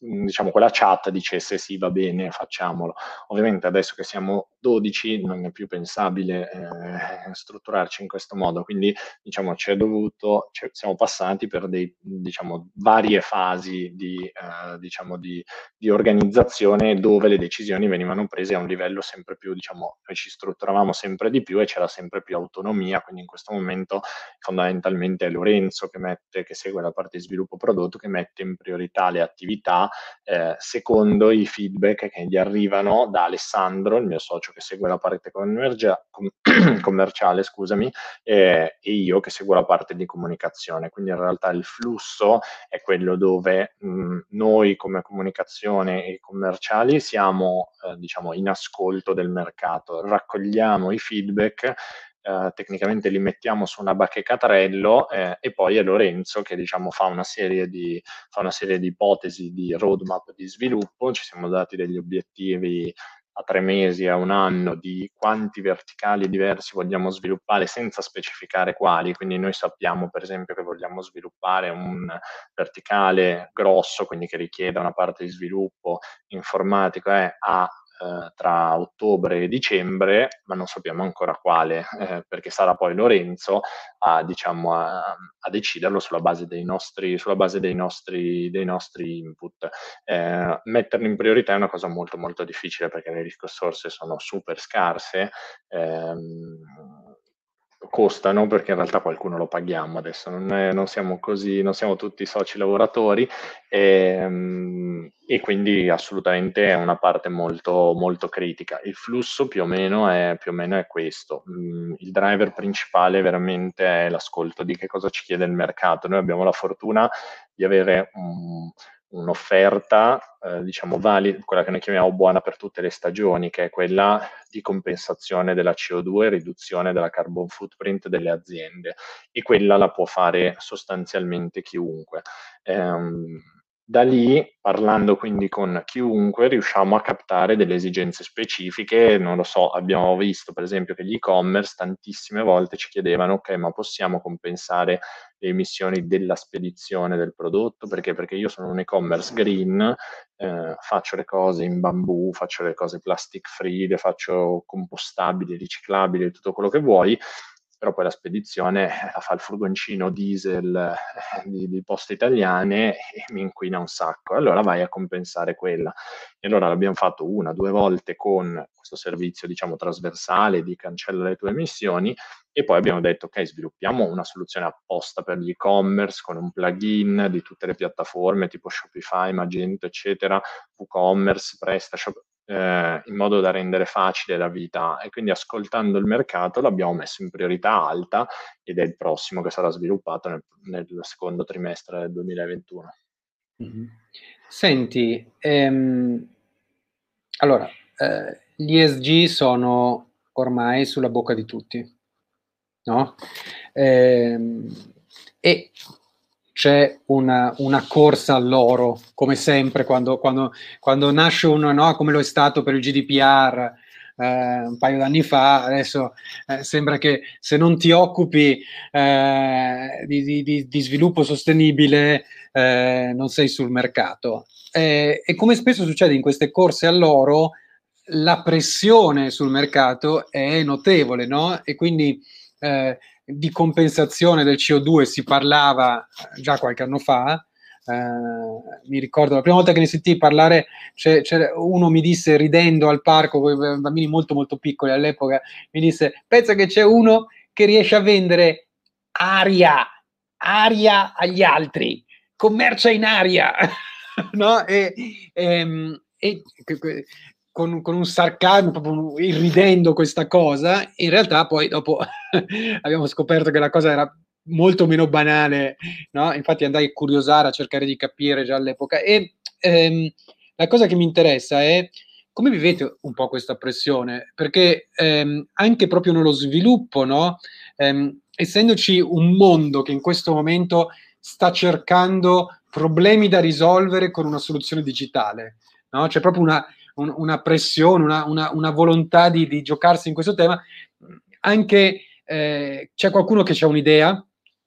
diciamo, quella chat dicesse sì, va bene, facciamolo. Ovviamente adesso che siamo 12 non è più pensabile strutturarci in questo modo, quindi diciamo siamo passati per diciamo, varie fasi diciamo, di organizzazione dove le decisioni venivano prese a un livello sempre più, diciamo, noi ci strutturavamo sempre di più e c'era sempre più autonomia, quindi in questo momento fondamentalmente è Lorenzo che segue la parte di sviluppo prodotto, che mette in priorità le attività secondo i feedback che gli arrivano da Alessandro, il mio socio che segue la parte commerciale, scusami, e io che seguo la parte di comunicazione. Quindi in realtà il flusso è quello dove noi come comunicazione e commerciali siamo diciamo in ascolto del mercato, raccogliamo i feedback, tecnicamente li mettiamo su una bacheca trello e poi è Lorenzo che diciamo fa una serie di ipotesi di roadmap di sviluppo. Ci siamo dati degli obiettivi a 3 mesi, a un anno, di quanti verticali diversi vogliamo sviluppare senza specificare quali. Quindi noi sappiamo per esempio che vogliamo sviluppare un verticale grosso, quindi che richieda una parte di sviluppo informatico tra ottobre e dicembre, ma non sappiamo ancora quale, perché sarà poi Lorenzo diciamo, a deciderlo sulla base dei nostri input. Metterli in priorità è una cosa molto molto difficile perché le risorse sono super scarse, costano perché in realtà qualcuno lo paghiamo adesso, non siamo tutti soci lavoratori e quindi assolutamente è una parte molto, molto critica. Il flusso più o meno è questo. Il driver principale veramente è l'ascolto di che cosa ci chiede il mercato. Noi abbiamo la fortuna di avere un'offerta diciamo valida, quella che noi chiamiamo buona per tutte le stagioni, che è quella di compensazione della CO2 e riduzione della carbon footprint delle aziende, e quella la può fare sostanzialmente chiunque. Da lì, parlando quindi con chiunque, riusciamo a captare delle esigenze specifiche. Non lo so, abbiamo visto per esempio che gli e-commerce tantissime volte ci chiedevano: ok, ma possiamo compensare le emissioni della spedizione del prodotto? Perché io sono un e-commerce green, faccio le cose in bambù, faccio le cose plastic free, le faccio compostabili, riciclabili, tutto quello che vuoi, però poi la spedizione la fa il furgoncino diesel di Poste Italiane e mi inquina un sacco. Allora vai a compensare quella. E allora l'abbiamo fatto 1-2 volte con questo servizio, diciamo, trasversale di cancella le tue emissioni, e poi abbiamo detto: ok, sviluppiamo una soluzione apposta per gli e-commerce con un plugin di tutte le piattaforme tipo Shopify, Magento, eccetera, WooCommerce, PrestaShop, in modo da rendere facile la vita. E quindi, ascoltando il mercato, l'abbiamo messo in priorità alta ed è il prossimo che sarà sviluppato nel secondo trimestre del 2021. Mm-hmm. Senti, allora, gli ESG sono ormai sulla bocca di tutti, no? E c'è una corsa all'oro, come sempre, quando nasce uno, no? Come lo è stato per il GDPR un paio d'anni fa. Adesso sembra che se non ti occupi di sviluppo sostenibile non sei sul mercato. E come spesso succede in queste corse all'oro, la pressione sul mercato è notevole, no? E quindi di compensazione del CO2 si parlava già qualche anno fa. Mi ricordo la prima volta che ne sentii parlare, uno mi disse, ridendo al parco con i bambini molto molto piccoli all'epoca, mi disse: pensa che c'è uno che riesce a vendere aria agli altri, commercia in aria. No? Con un sarcasmo, proprio irridendo questa cosa. In realtà poi dopo abbiamo scoperto che la cosa era molto meno banale, no? Infatti andai a curiosare, a cercare di capire già all'epoca. E la cosa che mi interessa è come vivete un po' questa pressione, perché anche proprio nello sviluppo, no? Essendoci un mondo che in questo momento sta cercando problemi da risolvere con una soluzione digitale, no? C'è proprio una pressione, una volontà di giocarsi in questo tema. Anche c'è qualcuno che c'ha un'idea,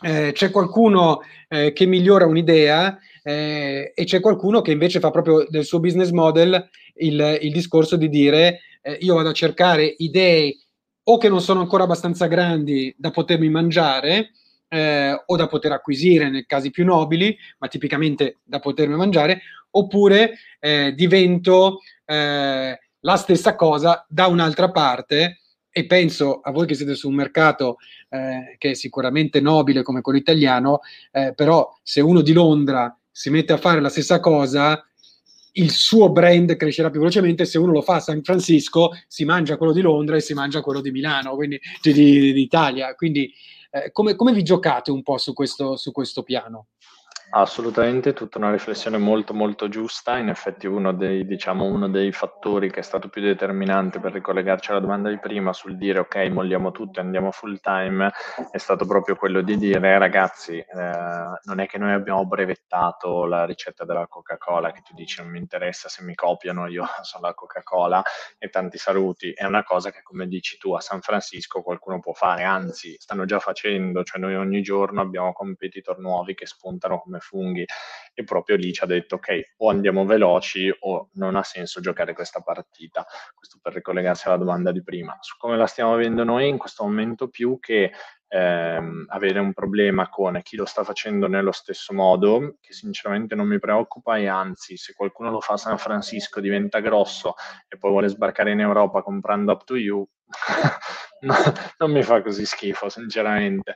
c'è qualcuno che migliora un'idea e c'è qualcuno che invece fa proprio del suo business model il discorso di dire io vado a cercare idee o che non sono ancora abbastanza grandi da potermi mangiare o da poter acquisire nei casi più nobili, ma tipicamente da potermi mangiare, oppure divento la stessa cosa da un'altra parte. E penso a voi che siete su un mercato che è sicuramente nobile come quello italiano, però se uno di Londra si mette a fare la stessa cosa, il suo brand crescerà più velocemente. Se uno lo fa a San Francisco, si mangia quello di Londra e si mangia quello di Milano, quindi d'Italia. Quindi come vi giocate un po' su questo piano? Assolutamente, tutta una riflessione molto molto giusta. In effetti uno dei fattori che è stato più determinante per ricollegarci alla domanda di prima sul dire ok, molliamo tutto e andiamo full time, è stato proprio quello di dire ragazzi, non è che noi abbiamo brevettato la ricetta della Coca-Cola, che tu dici non mi interessa se mi copiano, io sono la Coca-Cola e tanti saluti. È una cosa che, come dici tu, a San Francisco qualcuno può fare, anzi stanno già facendo, cioè noi ogni giorno abbiamo competitor nuovi che spuntano come funghi, e proprio lì ci ha detto ok, o andiamo veloci o non ha senso giocare questa partita. Questo per ricollegarsi alla domanda di prima. Su come la stiamo avendo noi in questo momento, più che avere un problema con chi lo sta facendo nello stesso modo, che sinceramente non mi preoccupa, e anzi, se qualcuno lo fa a San Francisco, diventa grosso e poi vuole sbarcare in Europa comprando Up to You, no, non mi fa così schifo sinceramente.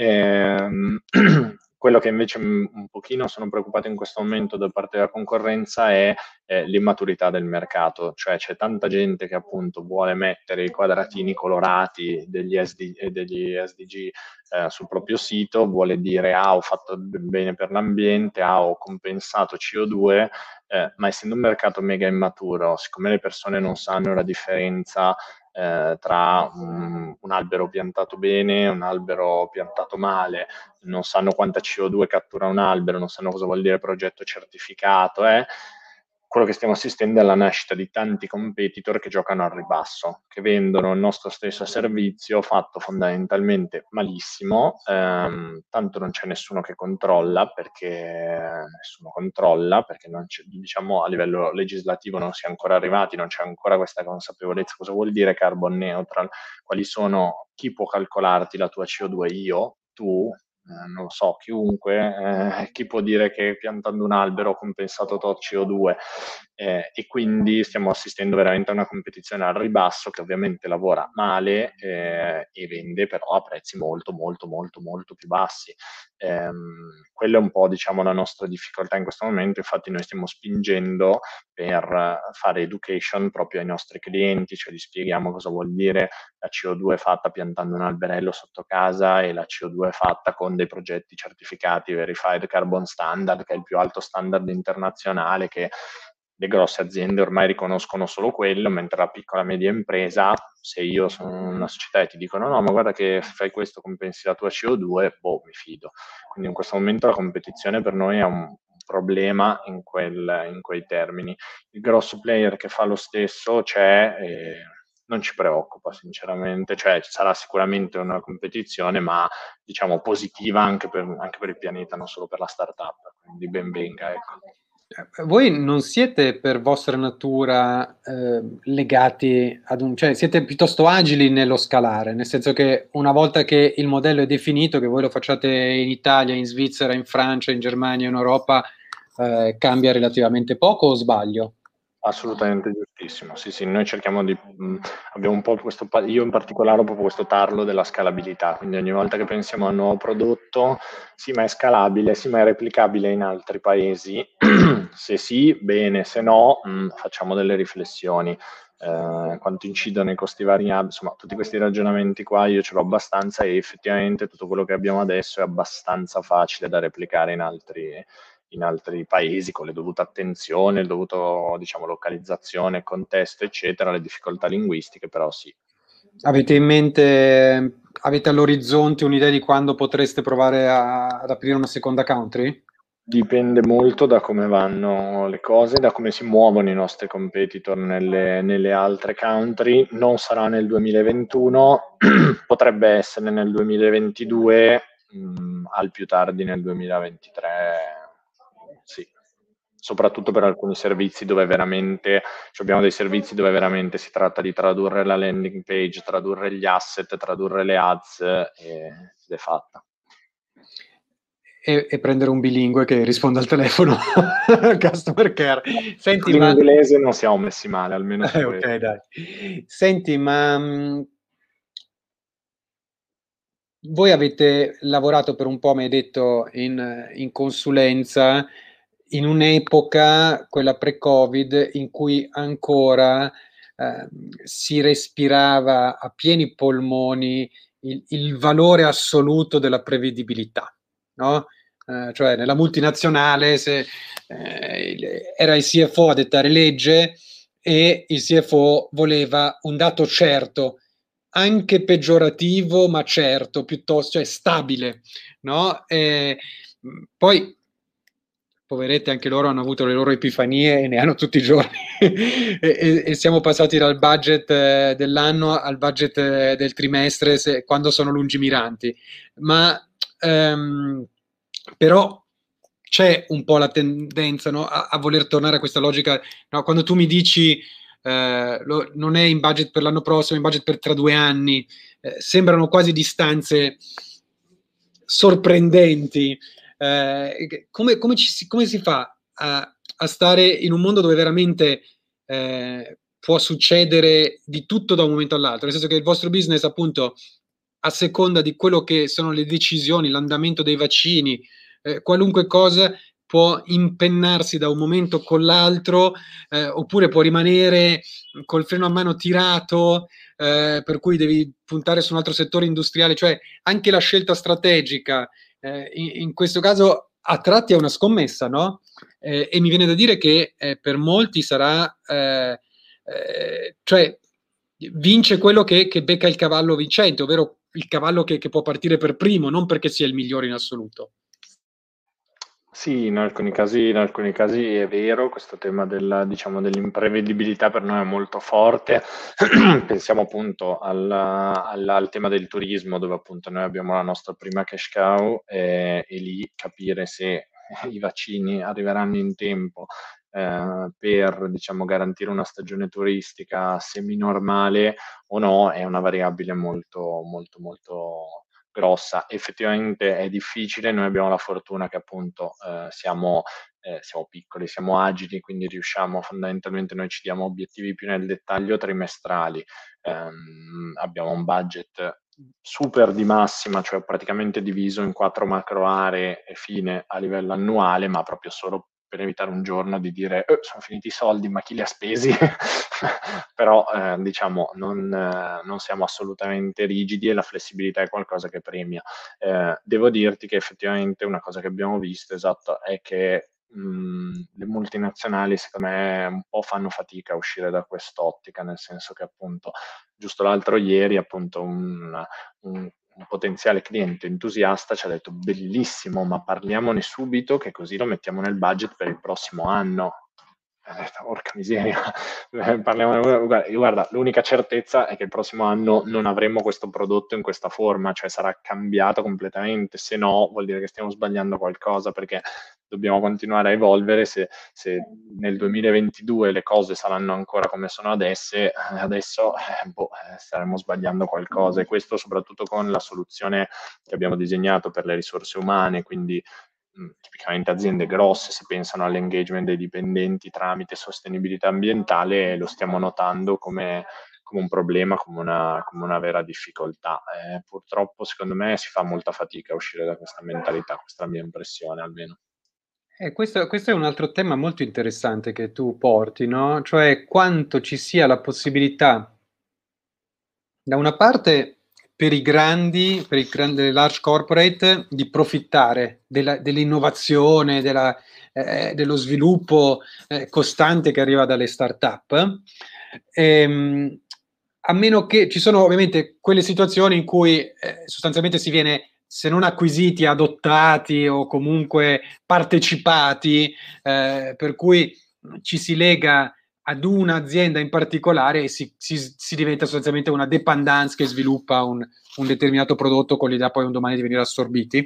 Quello che invece un pochino sono preoccupato in questo momento da parte della concorrenza è l'immaturità del mercato, cioè c'è tanta gente che appunto vuole mettere i quadratini colorati degli SDG sul proprio sito, vuole dire ho fatto bene per l'ambiente, ho compensato CO2, ma essendo un mercato mega immaturo, siccome le persone non sanno la differenza tra un albero piantato bene e un albero piantato male, non sanno quanta CO2 cattura un albero, non sanno cosa vuol dire progetto certificato, quello che stiamo assistendo è alla nascita di tanti competitor che giocano al ribasso, che vendono il nostro stesso servizio fatto fondamentalmente malissimo, tanto non c'è nessuno che controlla, perché non c'è, diciamo, a livello legislativo non si è ancora arrivati, non c'è ancora questa consapevolezza. Cosa vuol dire carbon neutral? Chi può calcolarti la tua CO2? Io? Tu? Non lo so, chiunque, chi può dire che piantando un albero ho compensato tot CO2, e quindi stiamo assistendo veramente a una competizione al ribasso che ovviamente lavora male e vende però a prezzi molto molto molto molto più bassi. Quella è un po', diciamo, la nostra difficoltà in questo momento. Infatti noi stiamo spingendo per fare education proprio ai nostri clienti, cioè gli spieghiamo cosa vuol dire la CO2 fatta piantando un alberello sotto casa e la CO2 fatta con dei progetti certificati Verified Carbon Standard, che è il più alto standard internazionale, che le grosse aziende ormai riconoscono solo quello, mentre la piccola e media impresa, se io sono una società e ti dicono no, ma guarda che fai questo, compensi la tua CO2, mi fido. Quindi in questo momento la competizione per noi è un problema in quei termini. Il grosso player che fa lo stesso c'è, non ci preoccupa sinceramente, cioè ci sarà sicuramente una competizione, ma diciamo positiva anche per il pianeta, non solo per la startup, quindi ben venga, ecco. Voi non siete per vostra natura legati cioè siete piuttosto agili nello scalare, nel senso che una volta che il modello è definito, che voi lo facciate in Italia, in Svizzera, in Francia, in Germania, in Europa, cambia relativamente poco, o sbaglio? Assolutamente giustissimo. Sì, noi cerchiamo abbiamo un po' io in particolare ho proprio questo tarlo della scalabilità, quindi ogni volta che pensiamo a un nuovo prodotto, sì, ma è scalabile, sì, ma è replicabile in altri paesi, se sì, bene, se no, facciamo delle riflessioni. Quanto incidono i costi variabili, insomma, tutti questi ragionamenti qua io ce l'ho abbastanza, e effettivamente tutto quello che abbiamo adesso è abbastanza facile da replicare in altri paesi, con le dovute attenzioni, il dovuto, diciamo, localizzazione, contesto, eccetera, le difficoltà linguistiche, però sì. Avete in mente, avete all'orizzonte un'idea di quando potreste provare ad aprire una seconda country? Dipende molto da come vanno le cose, da come si muovono i nostri competitor nelle altre country. Non sarà nel 2021, potrebbe essere nel 2022, al più tardi nel 2023, sì. Soprattutto per alcuni servizi dove veramente, cioè abbiamo dei servizi dove veramente si tratta di tradurre la landing page, tradurre gli asset, tradurre le ads ed è fatta. E prendere un bilingue che risponda al telefono al customer care. Senti, in inglese non siamo messi male, almeno su questo. Ok, dai. Senti, ma voi avete lavorato per un po', mi hai detto, in consulenza in un'epoca, quella pre-Covid, in cui ancora si respirava a pieni polmoni il valore assoluto della prevedibilità, no? Cioè nella multinazionale era il CFO a dettare legge e il CFO voleva un dato certo, anche peggiorativo, ma certo, piuttosto, cioè stabile, no? Poi, poverette, anche loro hanno avuto le loro epifanie e ne hanno tutti i giorni. e siamo passati dal budget dell'anno al budget del trimestre, quando sono lungimiranti. Ma però c'è un po' la tendenza, no, a voler tornare a questa logica, no? Quando tu mi dici non è in budget per l'anno prossimo, è in budget per tra 2 anni, sembrano quasi distanze sorprendenti. Come si fa a stare in un mondo dove veramente può succedere di tutto da un momento all'altro, nel senso che il vostro business, appunto, a seconda di quello che sono le decisioni, l'andamento dei vaccini, qualunque cosa può impennarsi da un momento con l'altro, oppure può rimanere col freno a mano tirato, per cui devi puntare su un altro settore industriale, cioè anche la scelta strategica in questo caso a tratti è una scommessa, no? E mi viene da dire che per molti sarà, cioè vince quello che becca il cavallo vincente, ovvero il cavallo che può partire per primo, non perché sia il migliore in assoluto. Sì, in alcuni casi è vero, questo tema dell'imprevedibilità per noi è molto forte. Pensiamo appunto al tema del turismo, dove appunto noi abbiamo la nostra prima cash cow e lì capire se i vaccini arriveranno in tempo per garantire una stagione turistica semi-normale o no è una variabile molto, molto, molto grossa. Effettivamente è difficile, noi abbiamo la fortuna che appunto siamo piccoli, siamo agili, quindi riusciamo fondamentalmente, noi ci diamo obiettivi più nel dettaglio trimestrali, abbiamo un budget super di massima, cioè praticamente diviso in 4 macro aree e fine a livello annuale, ma proprio solo per evitare un giorno di dire sono finiti i soldi, ma chi li ha spesi? Però non siamo assolutamente rigidi e la flessibilità è qualcosa che premia. Devo dirti che effettivamente una cosa che abbiamo visto, esatto, è che le multinazionali secondo me un po' fanno fatica a uscire da quest'ottica, nel senso che appunto giusto l'altro ieri appunto un potenziale cliente entusiasta ci ha detto bellissimo, ma parliamone subito che così lo mettiamo nel budget per il prossimo anno. Porca miseria, guarda, l'unica certezza è che il prossimo anno non avremo questo prodotto in questa forma, cioè sarà cambiato completamente, se no vuol dire che stiamo sbagliando qualcosa, perché dobbiamo continuare a evolvere. Se nel 2022 le cose saranno ancora come sono adesso staremo sbagliando qualcosa, e questo soprattutto con la soluzione che abbiamo disegnato per le risorse umane, quindi tipicamente aziende grosse, se pensano all'engagement dei dipendenti tramite sostenibilità ambientale, lo stiamo notando come un problema, come una vera difficoltà. Purtroppo, secondo me, si fa molta fatica a uscire da questa mentalità, questa è la mia impressione almeno. Questo è un altro tema molto interessante che tu porti, no? Cioè quanto ci sia la possibilità, da una parte, per i grandi large corporate, di profittare dell'innovazione, dello sviluppo costante che arriva dalle start-up, a meno che ci sono ovviamente quelle situazioni in cui sostanzialmente si viene, se non acquisiti, adottati o comunque partecipati, per cui ci si lega ad un'azienda in particolare e si diventa sostanzialmente una dependance che sviluppa un determinato prodotto con l'idea poi un domani di venire assorbiti.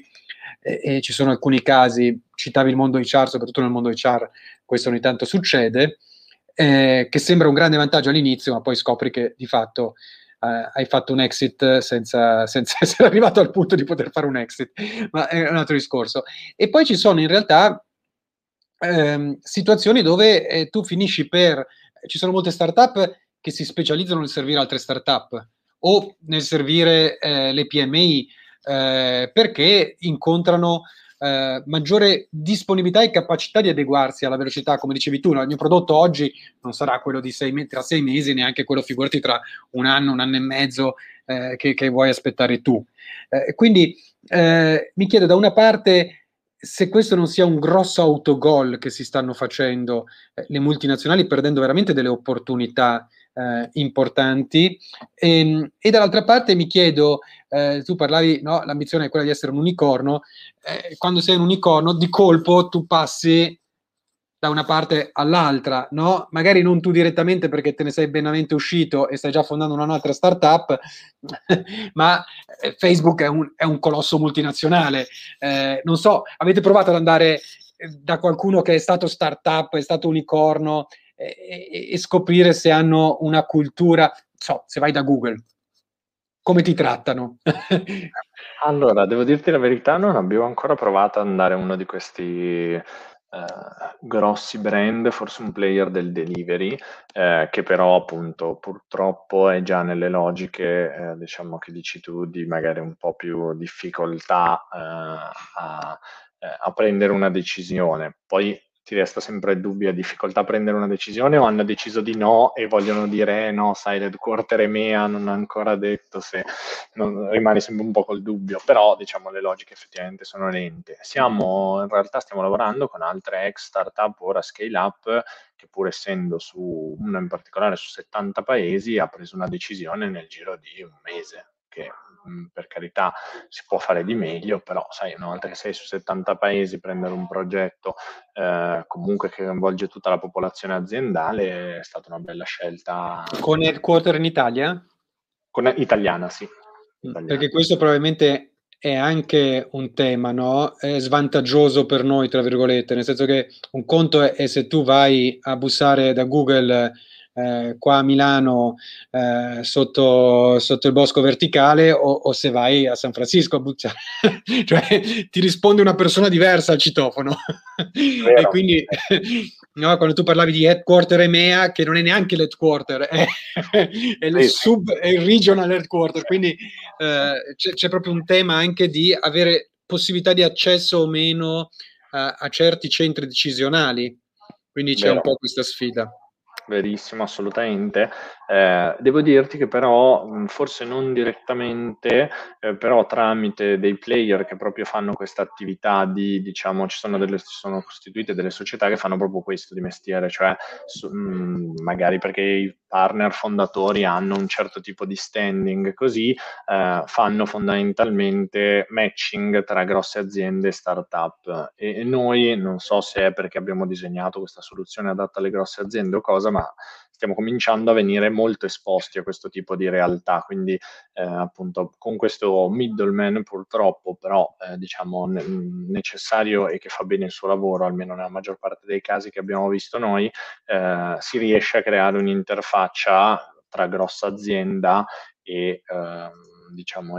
e ci sono alcuni casi, citavi il mondo HR, soprattutto nel mondo HR, questo ogni tanto succede, che sembra un grande vantaggio all'inizio, ma poi scopri che di fatto hai fatto un exit senza essere arrivato al punto di poter fare un exit, ma è un altro discorso. E poi ci sono in realtà situazioni dove tu finisci ci sono molte startup che si specializzano nel servire altre startup o nel servire le PMI perché incontrano maggiore disponibilità e capacità di adeguarsi alla velocità, come dicevi tu, no? Il mio prodotto oggi non sarà quello di tra 6 mesi, neanche quello, figurati, tra un anno e mezzo che vuoi aspettare tu. Quindi mi chiedo da una parte se questo non sia un grosso autogol che si stanno facendo le multinazionali, perdendo veramente delle opportunità importanti, e dall'altra parte mi chiedo, tu parlavi, no, l'ambizione è quella di essere un unicorno, quando sei un unicorno di colpo tu passi da una parte all'altra, no? Magari non tu direttamente perché te ne sei benamente uscito e stai già fondando un'altra startup, ma Facebook è un colosso multinazionale. Non so, avete provato ad andare da qualcuno che è stato startup, è stato unicorno e scoprire se hanno una cultura, so, se vai da Google, come ti trattano? Allora, devo dirti la verità, non abbiamo ancora provato ad andare a uno di questi grossi brand, forse un player del delivery, che però appunto purtroppo è già nelle logiche, diciamo che dici tu, di magari un po' più difficoltà a prendere una decisione. Poi ti resta sempre il dubbio, difficoltà a prendere una decisione o hanno deciso di no e vogliono dire no, sai, l'headquarter EMEA non ha ancora detto, se rimane sempre un po' col dubbio, però diciamo le logiche effettivamente sono lente. In realtà stiamo lavorando con altre ex startup, ora scale up, che pur essendo una in particolare su 70 paesi ha preso una decisione nel giro di un mese, che per carità si può fare di meglio, però sai, una volta che sei su 70 paesi, prendere un progetto comunque che coinvolge tutta la popolazione aziendale è stata una bella scelta. Con headquarter in Italia? Italiana, sì. Italiana. Perché questo probabilmente è anche un tema, no? È svantaggioso per noi, tra virgolette, nel senso che un conto è se tu vai a bussare da Google qua a Milano sotto il Bosco Verticale o se vai a San Francisco a bussare, cioè ti risponde una persona diversa al citofono. E quindi no, quando tu parlavi di headquarter EMEA, che non è neanche l'headquarter, è il regional headquarter, quindi c'è proprio un tema anche di avere possibilità di accesso o meno a certi centri decisionali, quindi c'è un po' questa sfida. Verissimo, assolutamente. Devo dirti che però, forse non direttamente, però tramite dei player che proprio fanno questa attività diciamo, ci sono costituite delle società che fanno proprio questo di mestiere, cioè magari perché i partner fondatori hanno un certo tipo di standing, così fanno fondamentalmente matching tra grosse aziende e startup. E noi, non so se è perché abbiamo disegnato questa soluzione adatta alle grosse aziende o cosa, ma stiamo cominciando a venire molto esposti a questo tipo di realtà, quindi appunto con questo middleman purtroppo, però diciamo necessario e che fa bene il suo lavoro, almeno nella maggior parte dei casi che abbiamo visto noi, si riesce a creare un'interfaccia tra grossa azienda e diciamo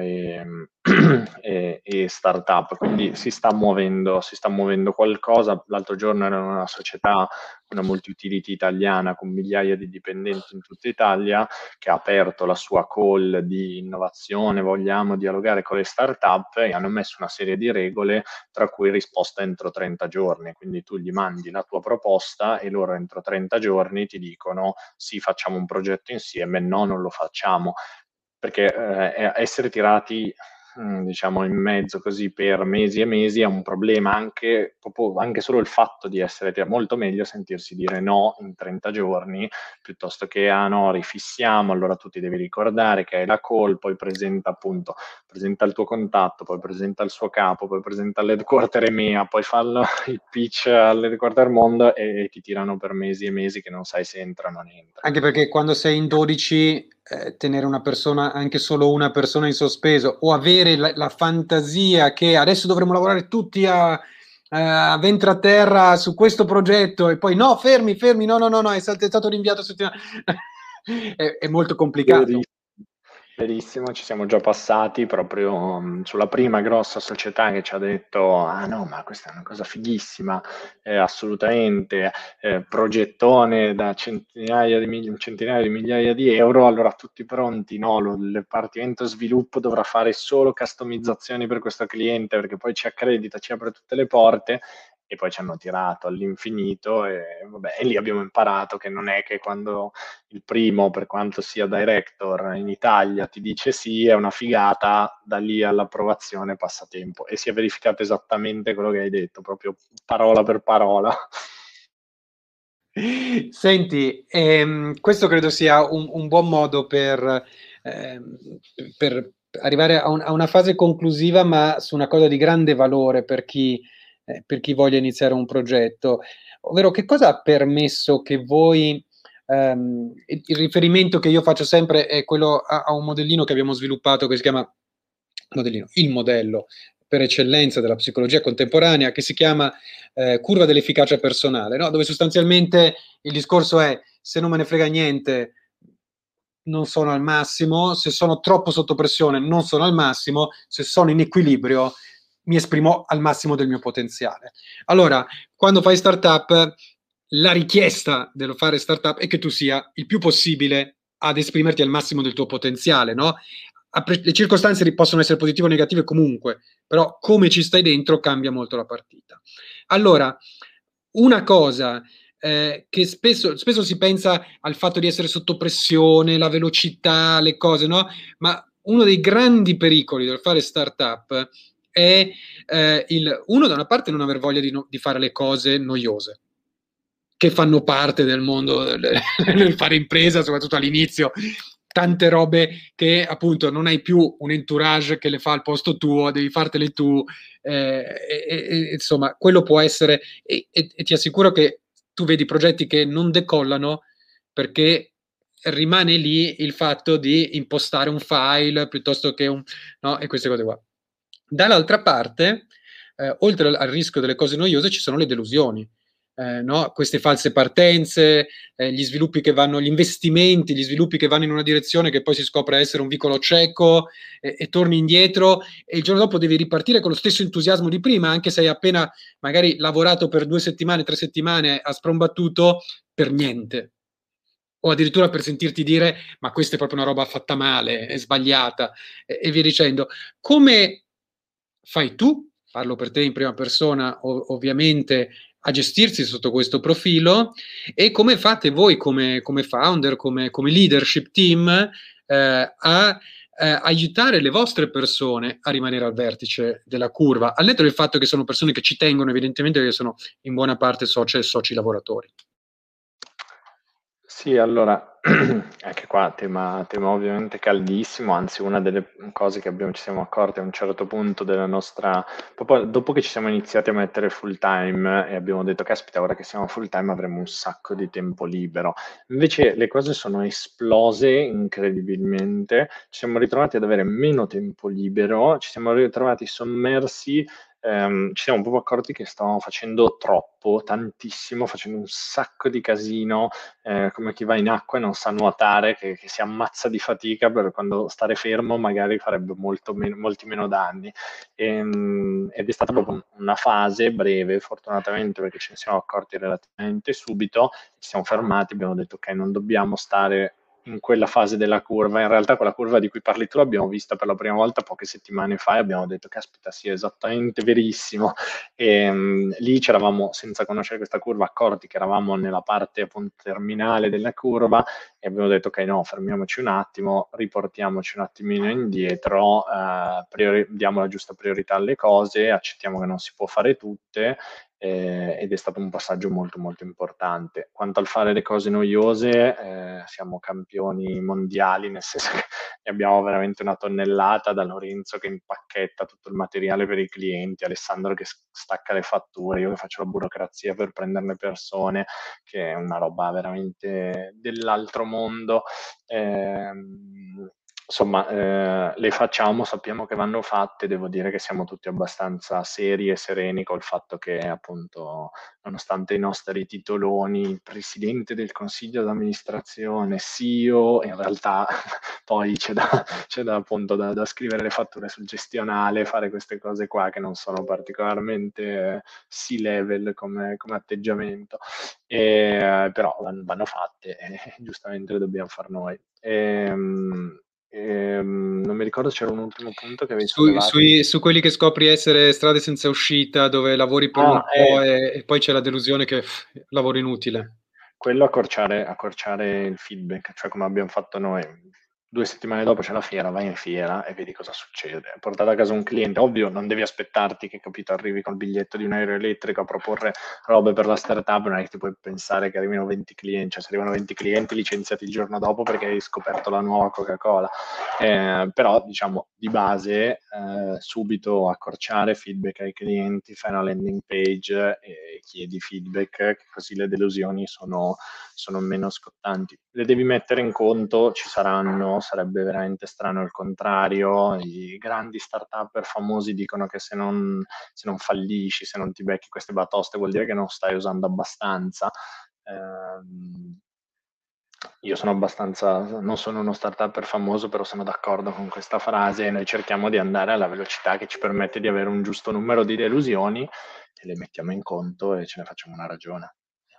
e startup, quindi si sta muovendo qualcosa. L'altro giorno era una società, una multi-utility italiana con migliaia di dipendenti in tutta Italia, che ha aperto la sua call di innovazione, vogliamo dialogare con le startup, e hanno messo una serie di regole, tra cui risposta entro 30 giorni, quindi tu gli mandi la tua proposta e loro entro 30 giorni ti dicono sì, facciamo un progetto insieme, no, non lo facciamo, perché essere tirati diciamo in mezzo così per mesi e mesi è un problema, anche solo il fatto di essere molto meglio sentirsi dire no in 30 giorni piuttosto che no, rifissiamo, allora tu ti devi ricordare che hai la call, poi presenta il tuo contatto, poi presenta il suo capo, poi presenta all'headquarter EMEA, poi fa il pitch all'headquarter mondo e ti tirano per mesi e mesi che non sai se entrano o non entrano. Anche perché quando sei in 12 tenere una persona, anche solo una persona in sospeso, o avere la fantasia che adesso dovremmo lavorare tutti a ventre a terra su questo progetto e poi no, fermi, fermi, no, è stato rinviato settimana. È molto complicato. Verissimo, ci siamo già passati proprio sulla prima grossa società che ci ha detto: ah no, ma questa è una cosa fighissima, assolutamente, progettone da centinaia di migliaia di euro, allora tutti pronti, no, il dipartimento sviluppo dovrà fare solo customizzazioni per questo cliente perché poi ci accredita, ci apre tutte le porte. E poi ci hanno tirato all'infinito vabbè, e lì abbiamo imparato che non è che quando il primo, per quanto sia director in Italia, ti dice sì, è una figata, da lì all'approvazione passa tempo. E si è verificato esattamente quello che hai detto, proprio parola per parola. Senti, questo credo sia un buon modo per arrivare a una fase conclusiva, ma su una cosa di grande valore per chi voglia iniziare un progetto. Ovvero, che cosa ha permesso che voi, il riferimento che io faccio sempre è quello a un modellino che abbiamo sviluppato che si chiama il modello per eccellenza della psicologia contemporanea, che si chiama curva dell'efficacia personale, no? Dove sostanzialmente il discorso è: se non me ne frega niente, non sono al massimo; se sono troppo sotto pressione, non sono al massimo; se sono in equilibrio, mi esprimo al massimo del mio potenziale. Allora, quando fai startup, la richiesta dello fare startup è che tu sia il più possibile ad esprimerti al massimo del tuo potenziale, no? Le circostanze possono essere positive o negative comunque, però come ci stai dentro cambia molto la partita. Allora, una cosa che spesso si pensa al fatto di essere sotto pressione, la velocità, le cose, no? Ma uno dei grandi pericoli del fare startup è uno, da una parte, non aver voglia di fare le cose noiose, che fanno parte del mondo del fare impresa, soprattutto all'inizio. Tante robe che appunto non hai più un entourage che le fa al posto tuo, devi fartele tu, insomma, quello può essere, e ti assicuro che tu vedi progetti che non decollano perché rimane lì il fatto di impostare un file piuttosto che no, e queste cose qua. Dall'altra parte, oltre al rischio delle cose noiose, ci sono le delusioni. No? Queste false partenze, gli investimenti, gli sviluppi che vanno in una direzione che poi si scopre essere un vicolo cieco e torni indietro e il giorno dopo devi ripartire con lo stesso entusiasmo di prima, anche se hai appena magari lavorato per 2 settimane, 3 settimane a sprombattuto per niente. O addirittura per sentirti dire: ma questa è proprio una roba fatta male, è sbagliata, e via dicendo. Come fai tu, parlo per te in prima persona ovviamente, a gestirsi sotto questo profilo, e come fate voi come founder, come leadership team, a aiutare le vostre persone a rimanere al vertice della curva, al netto del fatto che sono persone che ci tengono, evidentemente, che sono in buona parte soci e soci lavoratori. Sì, allora, anche qua tema ovviamente caldissimo, anzi una delle cose che ci siamo accorti a un certo punto della nostra, proprio dopo che ci siamo iniziati a mettere full time e abbiamo detto: caspita, ora che siamo full time avremo un sacco di tempo libero. Invece le cose sono esplose incredibilmente, ci siamo ritrovati ad avere meno tempo libero, ci siamo ritrovati sommersi. Ci siamo proprio accorti che stavamo facendo troppo, tantissimo, facendo un sacco di casino, come chi va in acqua e non sa nuotare, che si ammazza di fatica, per quando stare fermo magari farebbe molti meno danni. Ed è stata proprio una fase breve, fortunatamente, perché ce ne siamo accorti relativamente subito, ci siamo fermati, abbiamo detto: ok, non dobbiamo stare in quella fase della curva. In realtà quella curva di cui parli tu l'abbiamo vista per la prima volta poche settimane fa e abbiamo detto: caspita, sì, è esattamente verissimo. Lì c'eravamo, senza conoscere questa curva, accorti che eravamo nella parte appunto terminale della curva e abbiamo detto: ok, no, fermiamoci un attimo, riportiamoci un attimino indietro, diamo la giusta priorità alle cose, accettiamo che non si può fare tutte ed è stato un passaggio molto molto importante. Quanto al fare le cose noiose, siamo campioni mondiali, nel senso che ne abbiamo veramente una tonnellata, da Lorenzo che impacchetta tutto il materiale per i clienti, Alessandro che stacca le fatture, io che faccio la burocrazia per prendere le persone, che è una roba veramente dell'altro mondo. Insomma, le facciamo, sappiamo che vanno fatte, devo dire che siamo tutti abbastanza seri e sereni col fatto che, appunto, nonostante i nostri titoloni, il presidente del consiglio d'amministrazione, CEO, in realtà poi c'è appunto da scrivere le fatture sul gestionale, fare queste cose qua che non sono particolarmente C-level come atteggiamento, però vanno fatte e giustamente le dobbiamo fare noi. Non mi ricordo, c'era un ultimo punto che avevi sollevato. Su quelli che scopri essere strade senza uscita, dove lavori per un po' e poi c'è la delusione che lavoro inutile. Quello accorciare il feedback, cioè come abbiamo fatto noi. 2 settimane dopo c'è la fiera, vai in fiera e vedi cosa succede. Portare a casa un cliente, ovvio, non devi aspettarti che, capito, arrivi col biglietto di un aereo elettrico a proporre robe per la startup, non è che ti puoi pensare che arrivino 20 clienti, cioè se arrivano 20 clienti licenziati il giorno dopo perché hai scoperto la nuova Coca-Cola. Però, diciamo, di base, subito accorciare, feedback ai clienti, fai una landing page e chiedi feedback, così le delusioni sono meno scottanti. Le devi mettere in conto, ci saranno, sarebbe veramente strano il contrario. I grandi start-upper famosi dicono che se non fallisci, se non ti becchi queste batoste, vuol dire che non stai usando abbastanza. Io non sono uno start-upper famoso, però sono d'accordo con questa frase e noi cerchiamo di andare alla velocità che ci permette di avere un giusto numero di delusioni e le mettiamo in conto e ce ne facciamo una ragione.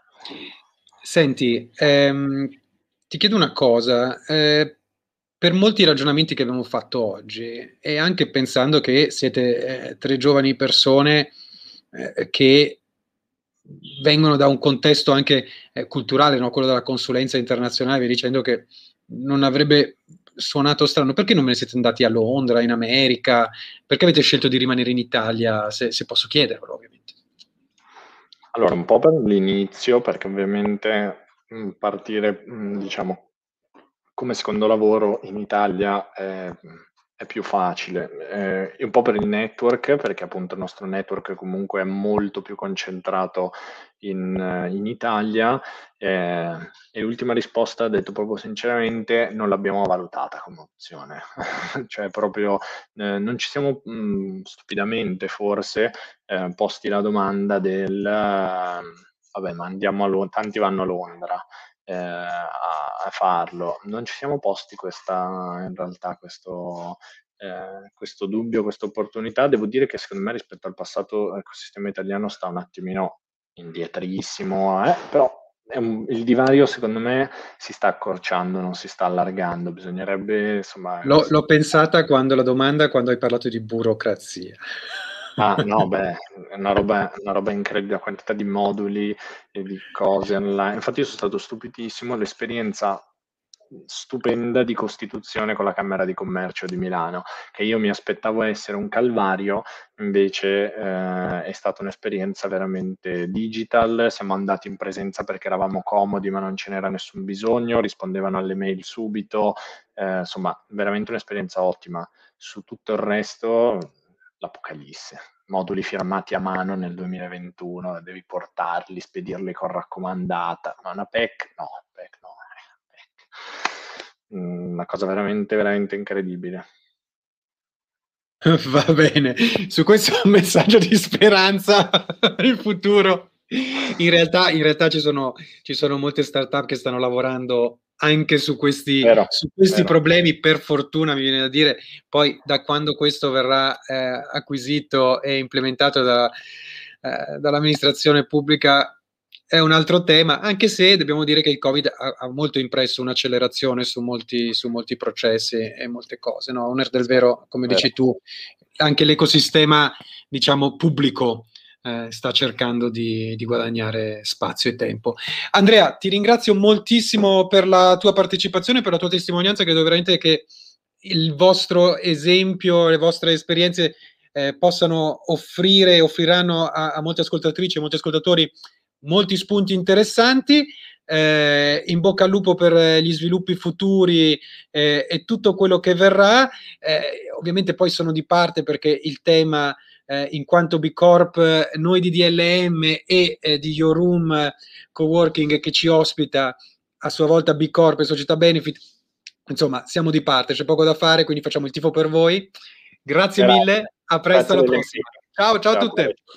Senti, ti chiedo una cosa, per molti ragionamenti che abbiamo fatto oggi e anche pensando che siete 3 giovani persone che vengono da un contesto anche culturale, no? Quello della consulenza internazionale, vi dicendo che non avrebbe suonato strano. Perché non me ne siete andati a Londra, in America? Perché avete scelto di rimanere in Italia, se posso chiedervelo, ovviamente? Allora, un po' per l'inizio, perché ovviamente partire, diciamo, come secondo lavoro in Italia è più facile, e un po' per il network, perché appunto il nostro network comunque è molto più concentrato in Italia, e l'ultima risposta, detto proprio sinceramente, non l'abbiamo valutata come opzione. Cioè proprio non ci siamo stupidamente forse posti la domanda del vabbè, ma andiamo a Londra, tanti vanno a Londra a farlo. Non ci siamo posti in realtà questo dubbio, questa opportunità. Devo dire che secondo me rispetto al passato l'ecosistema italiano sta un attimino indietrissimo, però il divario secondo me si sta accorciando, non si sta allargando. Bisognerebbe, insomma... L'ho pensata quando hai parlato di burocrazia. No, beh, è una roba incredibile, la quantità di moduli e di cose online. Infatti io sono stato stupidissimo, l'esperienza stupenda di costituzione con la Camera di Commercio di Milano, che io mi aspettavo essere un calvario, invece è stata un'esperienza veramente digital. Siamo andati in presenza perché eravamo comodi, ma non ce n'era nessun bisogno, rispondevano alle mail subito, insomma, veramente un'esperienza ottima. Su tutto il resto, l'apocalisse. Moduli firmati a mano nel 2021, devi portarli, spedirli con raccomandata. Ma una PEC? No, PEC no. Una cosa veramente, veramente incredibile. Va bene, su questo messaggio di speranza per il futuro. In realtà ci sono molte startup che stanno lavorando anche su questi Vero. problemi, per fortuna mi viene da dire. Poi da quando questo verrà acquisito e implementato dall'amministrazione pubblica è un altro tema, anche se dobbiamo dire che il Covid ha molto impresso un'accelerazione su molti processi e molte cose, no? Onor del vero, come dici tu, anche l'ecosistema, diciamo, pubblico sta cercando di guadagnare spazio e tempo. Andrea, ti ringrazio moltissimo per la tua partecipazione, per la tua testimonianza. Credo veramente che il vostro esempio, le vostre esperienze possano offriranno a molte ascoltatrici e molti ascoltatori molti spunti interessanti. In bocca al lupo per gli sviluppi futuri e tutto quello che verrà. Ovviamente poi sono di parte perché il tema, in quanto B Corp, noi di DLM e di Your Room Coworking che ci ospita, a sua volta B Corp e Società Benefit, insomma siamo di parte, c'è poco da fare, quindi facciamo il tifo per voi. Grazie mille, a presto, alla prossima. Ciao a tutte.